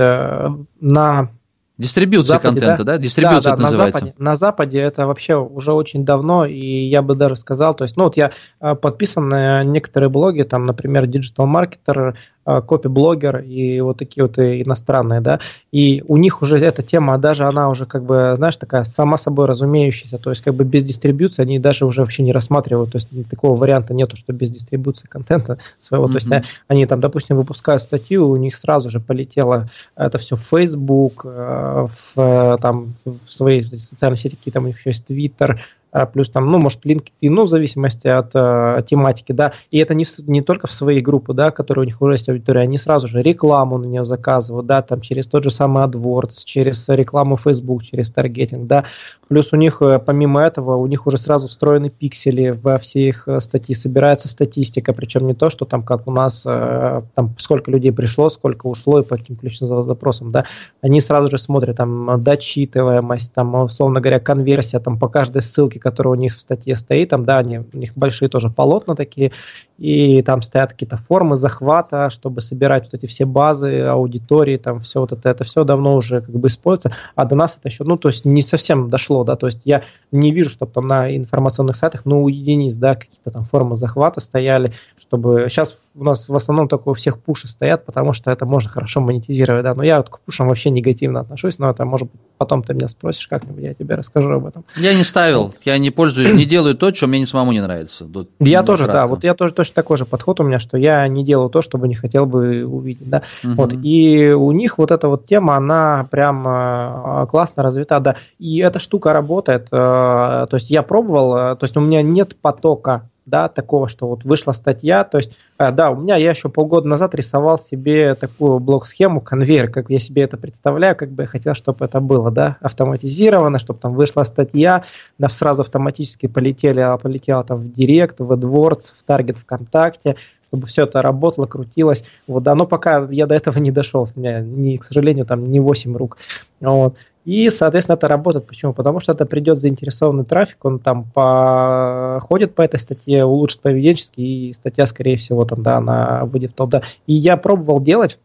на дистрибьюция Западе, контента, да? Дистрибьюция это называется. На Западе это вообще уже очень давно, и я бы даже сказал, то есть, я подписан на некоторые блоги, там, например, Digital Marketer, копи-блогер и вот такие вот иностранные, да, и у них уже эта тема, даже она уже как бы, знаешь, такая сама собой разумеющаяся, то есть как бы без дистрибьюции они даже уже вообще не рассматривают, то есть такого варианта нету, что без дистрибьюции контента своего, то есть они там, допустим, выпускают статью, у них сразу же полетело это все в Facebook, в свои социальные сети, какие там у них еще есть Twitter, плюс там, может, LinkedIn, в зависимости от тематики, да, и это не только в свои группы, да, которые у них уже есть аудитория, они сразу же рекламу на нее заказывают, да, там через тот же самый AdWords, через рекламу Facebook, через таргетинг, да, плюс у них, помимо этого, у них уже сразу встроены пиксели во все их статьи, собирается статистика, причем не то, что там, как у нас, там, сколько людей пришло, сколько ушло и по каким ключевым запросам, да, они сразу же смотрят, там, дочитываемость, там, условно говоря, конверсия, там, по каждой ссылке, которая у них в статье стоит, там, да, у них большие тоже полотна такие, и там стоят какие-то формы захвата, чтобы собирать вот эти все базы, аудитории, там, все вот это все давно уже как бы используется, а до нас это еще, то есть не совсем дошло, да, то есть я не вижу, чтобы там на информационных сайтах, у единиц, да, какие-то там формы захвата стояли, чтобы сейчас у нас в основном только у всех пуши стоят, потому что это можно хорошо монетизировать, да, но я вот к пушам вообще негативно отношусь, но это, может быть, потом ты меня спросишь как-нибудь, я тебе расскажу об этом. Я не ставил, я не пользуюсь, не делаю то, что мне самому не нравится. Я тоже, да, вот я тоже точно такой же подход у меня, что я не делаю то, что бы не хотел бы увидеть, да, вот, и у них вот эта вот тема, она прям классно развита, да, и эта штука работает, то есть я пробовал, то есть у меня нет потока, да, такого, что вот вышла статья, то есть, да, я еще полгода назад рисовал себе такую блок-схему, конвейер, как я себе это представляю, как бы я хотел, чтобы это было, да, автоматизировано, чтобы там вышла статья, да, сразу автоматически полетела там в Директ, в AdWords, в Таргет, ВКонтакте, чтобы все это работало, крутилось, вот, да, но пока я до этого не дошел, у меня, к сожалению, там не 8 рук, вот. И, соответственно, это работает. Почему? Потому что это придет заинтересованный трафик, он там ходит по этой статье, улучшит поведенчески, и статья, скорее всего, там, да, она выйдет в топ. Да. И я пробовал делать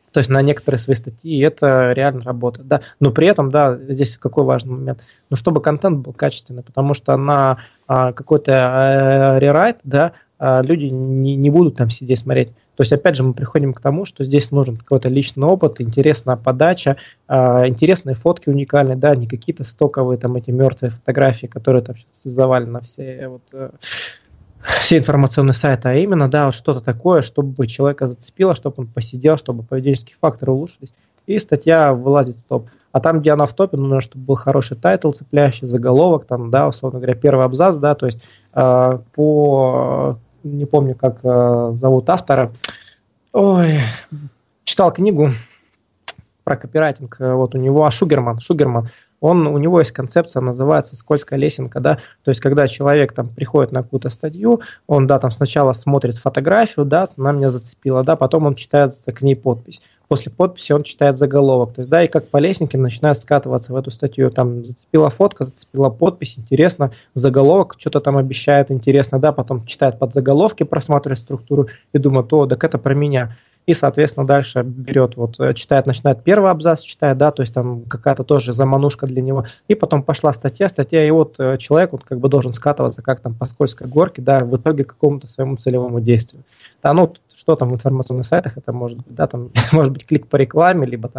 То есть на некоторые свои статьи это реально работает, да. Но при этом, да, здесь какой важный момент, ну, чтобы контент был качественный, потому что на какой-то рерайт, да, люди не будут там сидеть смотреть. То есть, опять же, мы приходим к тому, что здесь нужен какой-то личный опыт, интересная подача, интересные фотки уникальные, да, не какие-то стоковые там эти мертвые фотографии, которые там сейчас завалены на все информационные сайты, а именно, да, вот что-то такое, чтобы человека зацепило, чтобы он посидел, чтобы поведенческие факторы улучшились, и статья вылазит в топ. А там, где она в топе, нужно, чтобы был хороший тайтл, цепляющий заголовок, там, да, условно говоря, первый абзац, да, то есть не помню, как зовут автора, читал книгу про копирайтинг, вот у него, Шугерман, у него есть концепция, называется «Скользкая лесенка», да, то есть когда человек там приходит на какую-то статью, он, да, там сначала смотрит фотографию, да, она меня зацепила, да, потом он читает к ней подпись, после подписи он читает заголовок, то есть, да, и как по лесенке начинает скатываться в эту статью, там зацепила фотка, зацепила подпись, интересно, заголовок что-то там обещает, интересно, да, потом читает подзаголовки, просматривает структуру и думает, так это про меня. И, соответственно, дальше берет, читает, начинает первый абзац, читает, да, то есть там какая-то тоже заманушка для него, и потом пошла статья, и человек, он как бы должен скатываться, как там по скользкой горке, да, в итоге к какому-то своему целевому действию. Да, что там в информационных сайтах, это может быть, да, там, может быть, клик по рекламе, либо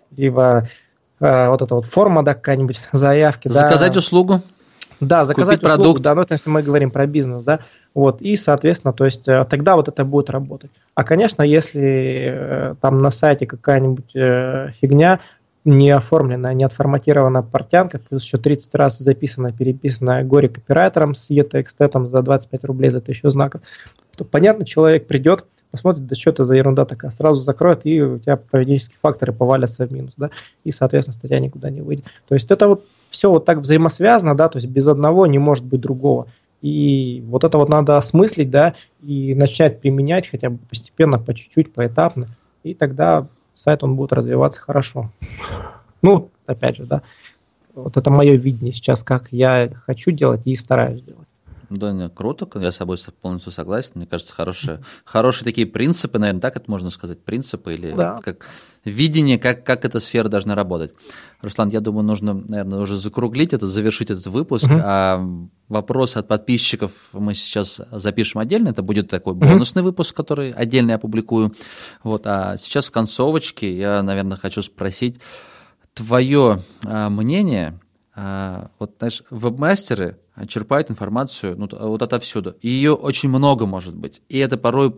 вот эта вот форма, да, какая-нибудь, заявки, заказать услугу. Да, заказать купить услугу, продукт. Да, это если мы говорим про бизнес, да, и, соответственно, то есть тогда вот это будет работать. А, конечно, если там на сайте какая-нибудь фигня не оформленная, не отформатированная портянка, плюс еще 30 раз записана, переписана горе-копирайтером с ETXT там, за 25 рублей за 1000 знаков, то, понятно, человек придет, посмотрит, да что это за ерунда такая, сразу закроет, и у тебя поведенческие факторы повалятся в минус, да, и, соответственно, статья никуда не выйдет. То есть это все так взаимосвязано, да, то есть без одного не может быть другого. И вот это надо осмыслить, да, и начать применять хотя бы постепенно, по чуть-чуть, поэтапно, и тогда сайт, он будет развиваться хорошо. Опять же, да, вот это мое видение сейчас, как я хочу делать и стараюсь делать. Да, нет, круто, я с тобой полностью согласен. Мне кажется, хорошие такие принципы, наверное, так это можно сказать, принципы или как видение, как эта сфера должна работать. Руслан, я думаю, нужно, наверное, уже закруглить это, завершить этот выпуск. А вопросы от подписчиков мы сейчас запишем отдельно. Это будет такой бонусный выпуск, который отдельно я опубликую. А сейчас в концовочке я, наверное, хочу спросить твое мнение. Знаешь, веб-мастеры черпают информацию отовсюду. И ее очень много может быть. И это порой,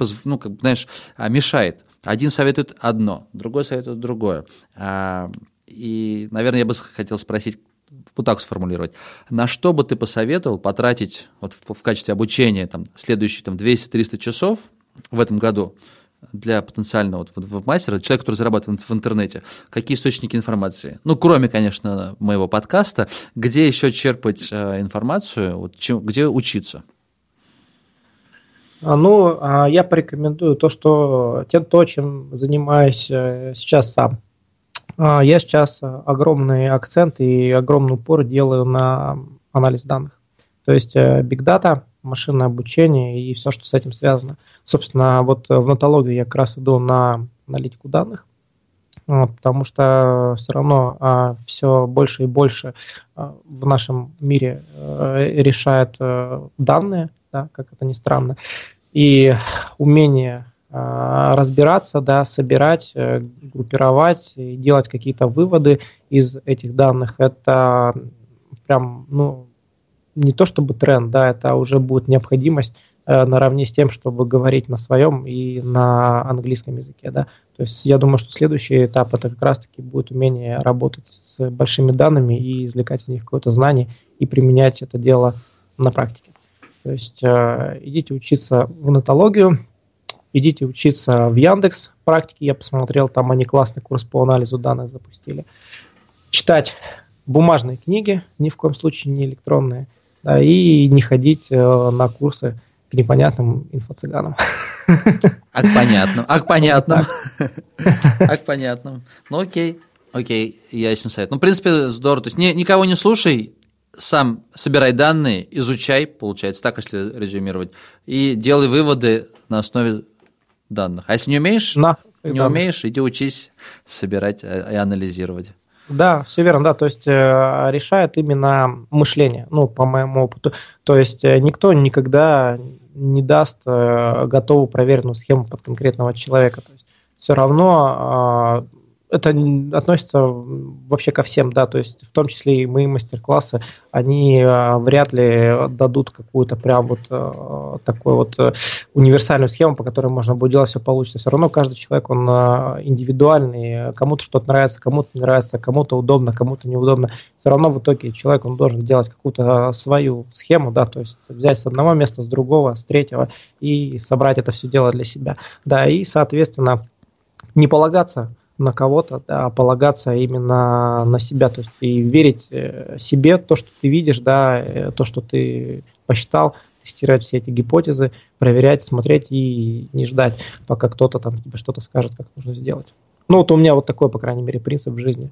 мешает. Один советует одно, другой советует другое. И, наверное, я бы хотел спросить, вот так сформулировать. На что бы ты посоветовал потратить в качестве обучения следующие 200-300 часов в этом году для потенциального веб-мастера, человека, который зарабатывает в интернете? Какие источники информации? Кроме, конечно, моего подкаста, где еще черпать информацию, где учиться? Я порекомендую то, чем занимаюсь сейчас сам. Я сейчас огромный акцент и огромный упор делаю на анализ данных. То есть Big Data, машинное обучение и все, что с этим связано. Собственно, в нотологию я как раз иду на аналитику данных, потому что все равно все больше и больше в нашем мире решает данные, да, как это ни странно, и умение разбираться, да, собирать, группировать и делать какие-то выводы из этих данных, это прям, не то чтобы тренд, да, это уже будет необходимость наравне с тем, чтобы говорить на своем и на английском языке, да. То есть я думаю, что следующий этап это как раз-таки будет умение работать с большими данными и извлекать из них какое-то знание и применять это дело на практике. То есть идите учиться в нотологию, идите учиться в Яндекс практике, я посмотрел, там они классный курс по анализу данных запустили. Читать бумажные книги, ни в коем случае не электронные, да, и не ходить на курсы к непонятным инфо-цыганам. А к понятным. Окей, ясен совет. В принципе, здорово. То есть никого не слушай, сам собирай данные, изучай, получается, так, если резюмировать, и делай выводы на основе данных. А если не умеешь, Не умеешь, иди учись собирать и анализировать. Да, все верно, да, то есть решает именно мышление, ну, по моему опыту. То есть никто никогда не даст готовую проверенную схему под конкретного человека. То есть все равно это относится вообще ко всем, да, то есть в том числе и мои мастер-классы, они вряд ли дадут какую-то прям вот такую вот универсальную схему, по которой можно будет делать, все получится. Все равно каждый человек, он индивидуальный, кому-то что-то нравится, кому-то не нравится, кому-то удобно, кому-то неудобно. Все равно в итоге человек, он должен делать какую-то свою схему, да, то есть взять с одного места, с другого, с третьего и собрать это все дело для себя. Да, и, соответственно, не полагаться на кого-то, да, а полагаться именно на себя, то есть и верить себе, то, что ты видишь, да, то, что ты посчитал, тестировать все эти гипотезы, проверять, смотреть и не ждать, пока кто-то там тебе что-то скажет, как нужно сделать. Ну, вот у меня вот такой, по крайней мере, принцип в жизни.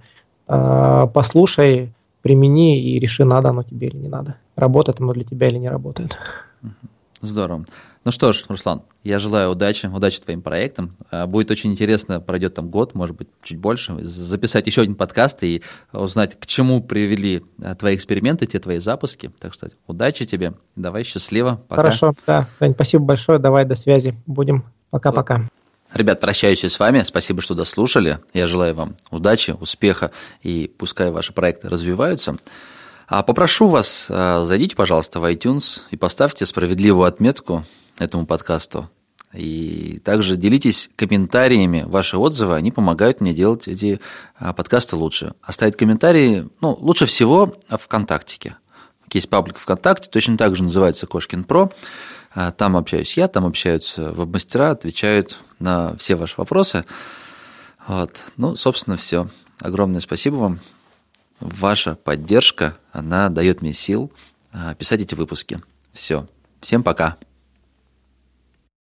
Послушай, примени и реши, надо оно тебе или не надо. Работает оно для тебя или не работает. Здорово. Ну что ж, Руслан, я желаю удачи твоим проектам. Будет очень интересно, пройдет там год, может быть, чуть больше, записать еще один подкаст и узнать, к чему привели твои эксперименты, те твои запуски. Так что удачи тебе, давай, счастливо, пока. Хорошо, да, Жень, спасибо большое, давай, до связи, будем, пока-пока. Ребят, прощаюсь с вами, спасибо, что дослушали. Я желаю вам удачи, успеха, и пускай ваши проекты развиваются. А попрошу вас, зайдите, пожалуйста, в iTunes и поставьте справедливую отметку этому подкасту. И также делитесь комментариями, ваши отзывы, они помогают мне делать эти подкасты лучше. Оставить комментарии, ну, лучше всего ВКонтактике. Есть паблик ВКонтакте, точно так же называется Кошкин Про. Там общаюсь я, там общаются веб-мастера, отвечают на все ваши вопросы. Вот. Ну, собственно, все. Огромное спасибо вам. Ваша поддержка, она дает мне сил писать эти выпуски. Все. Всем пока.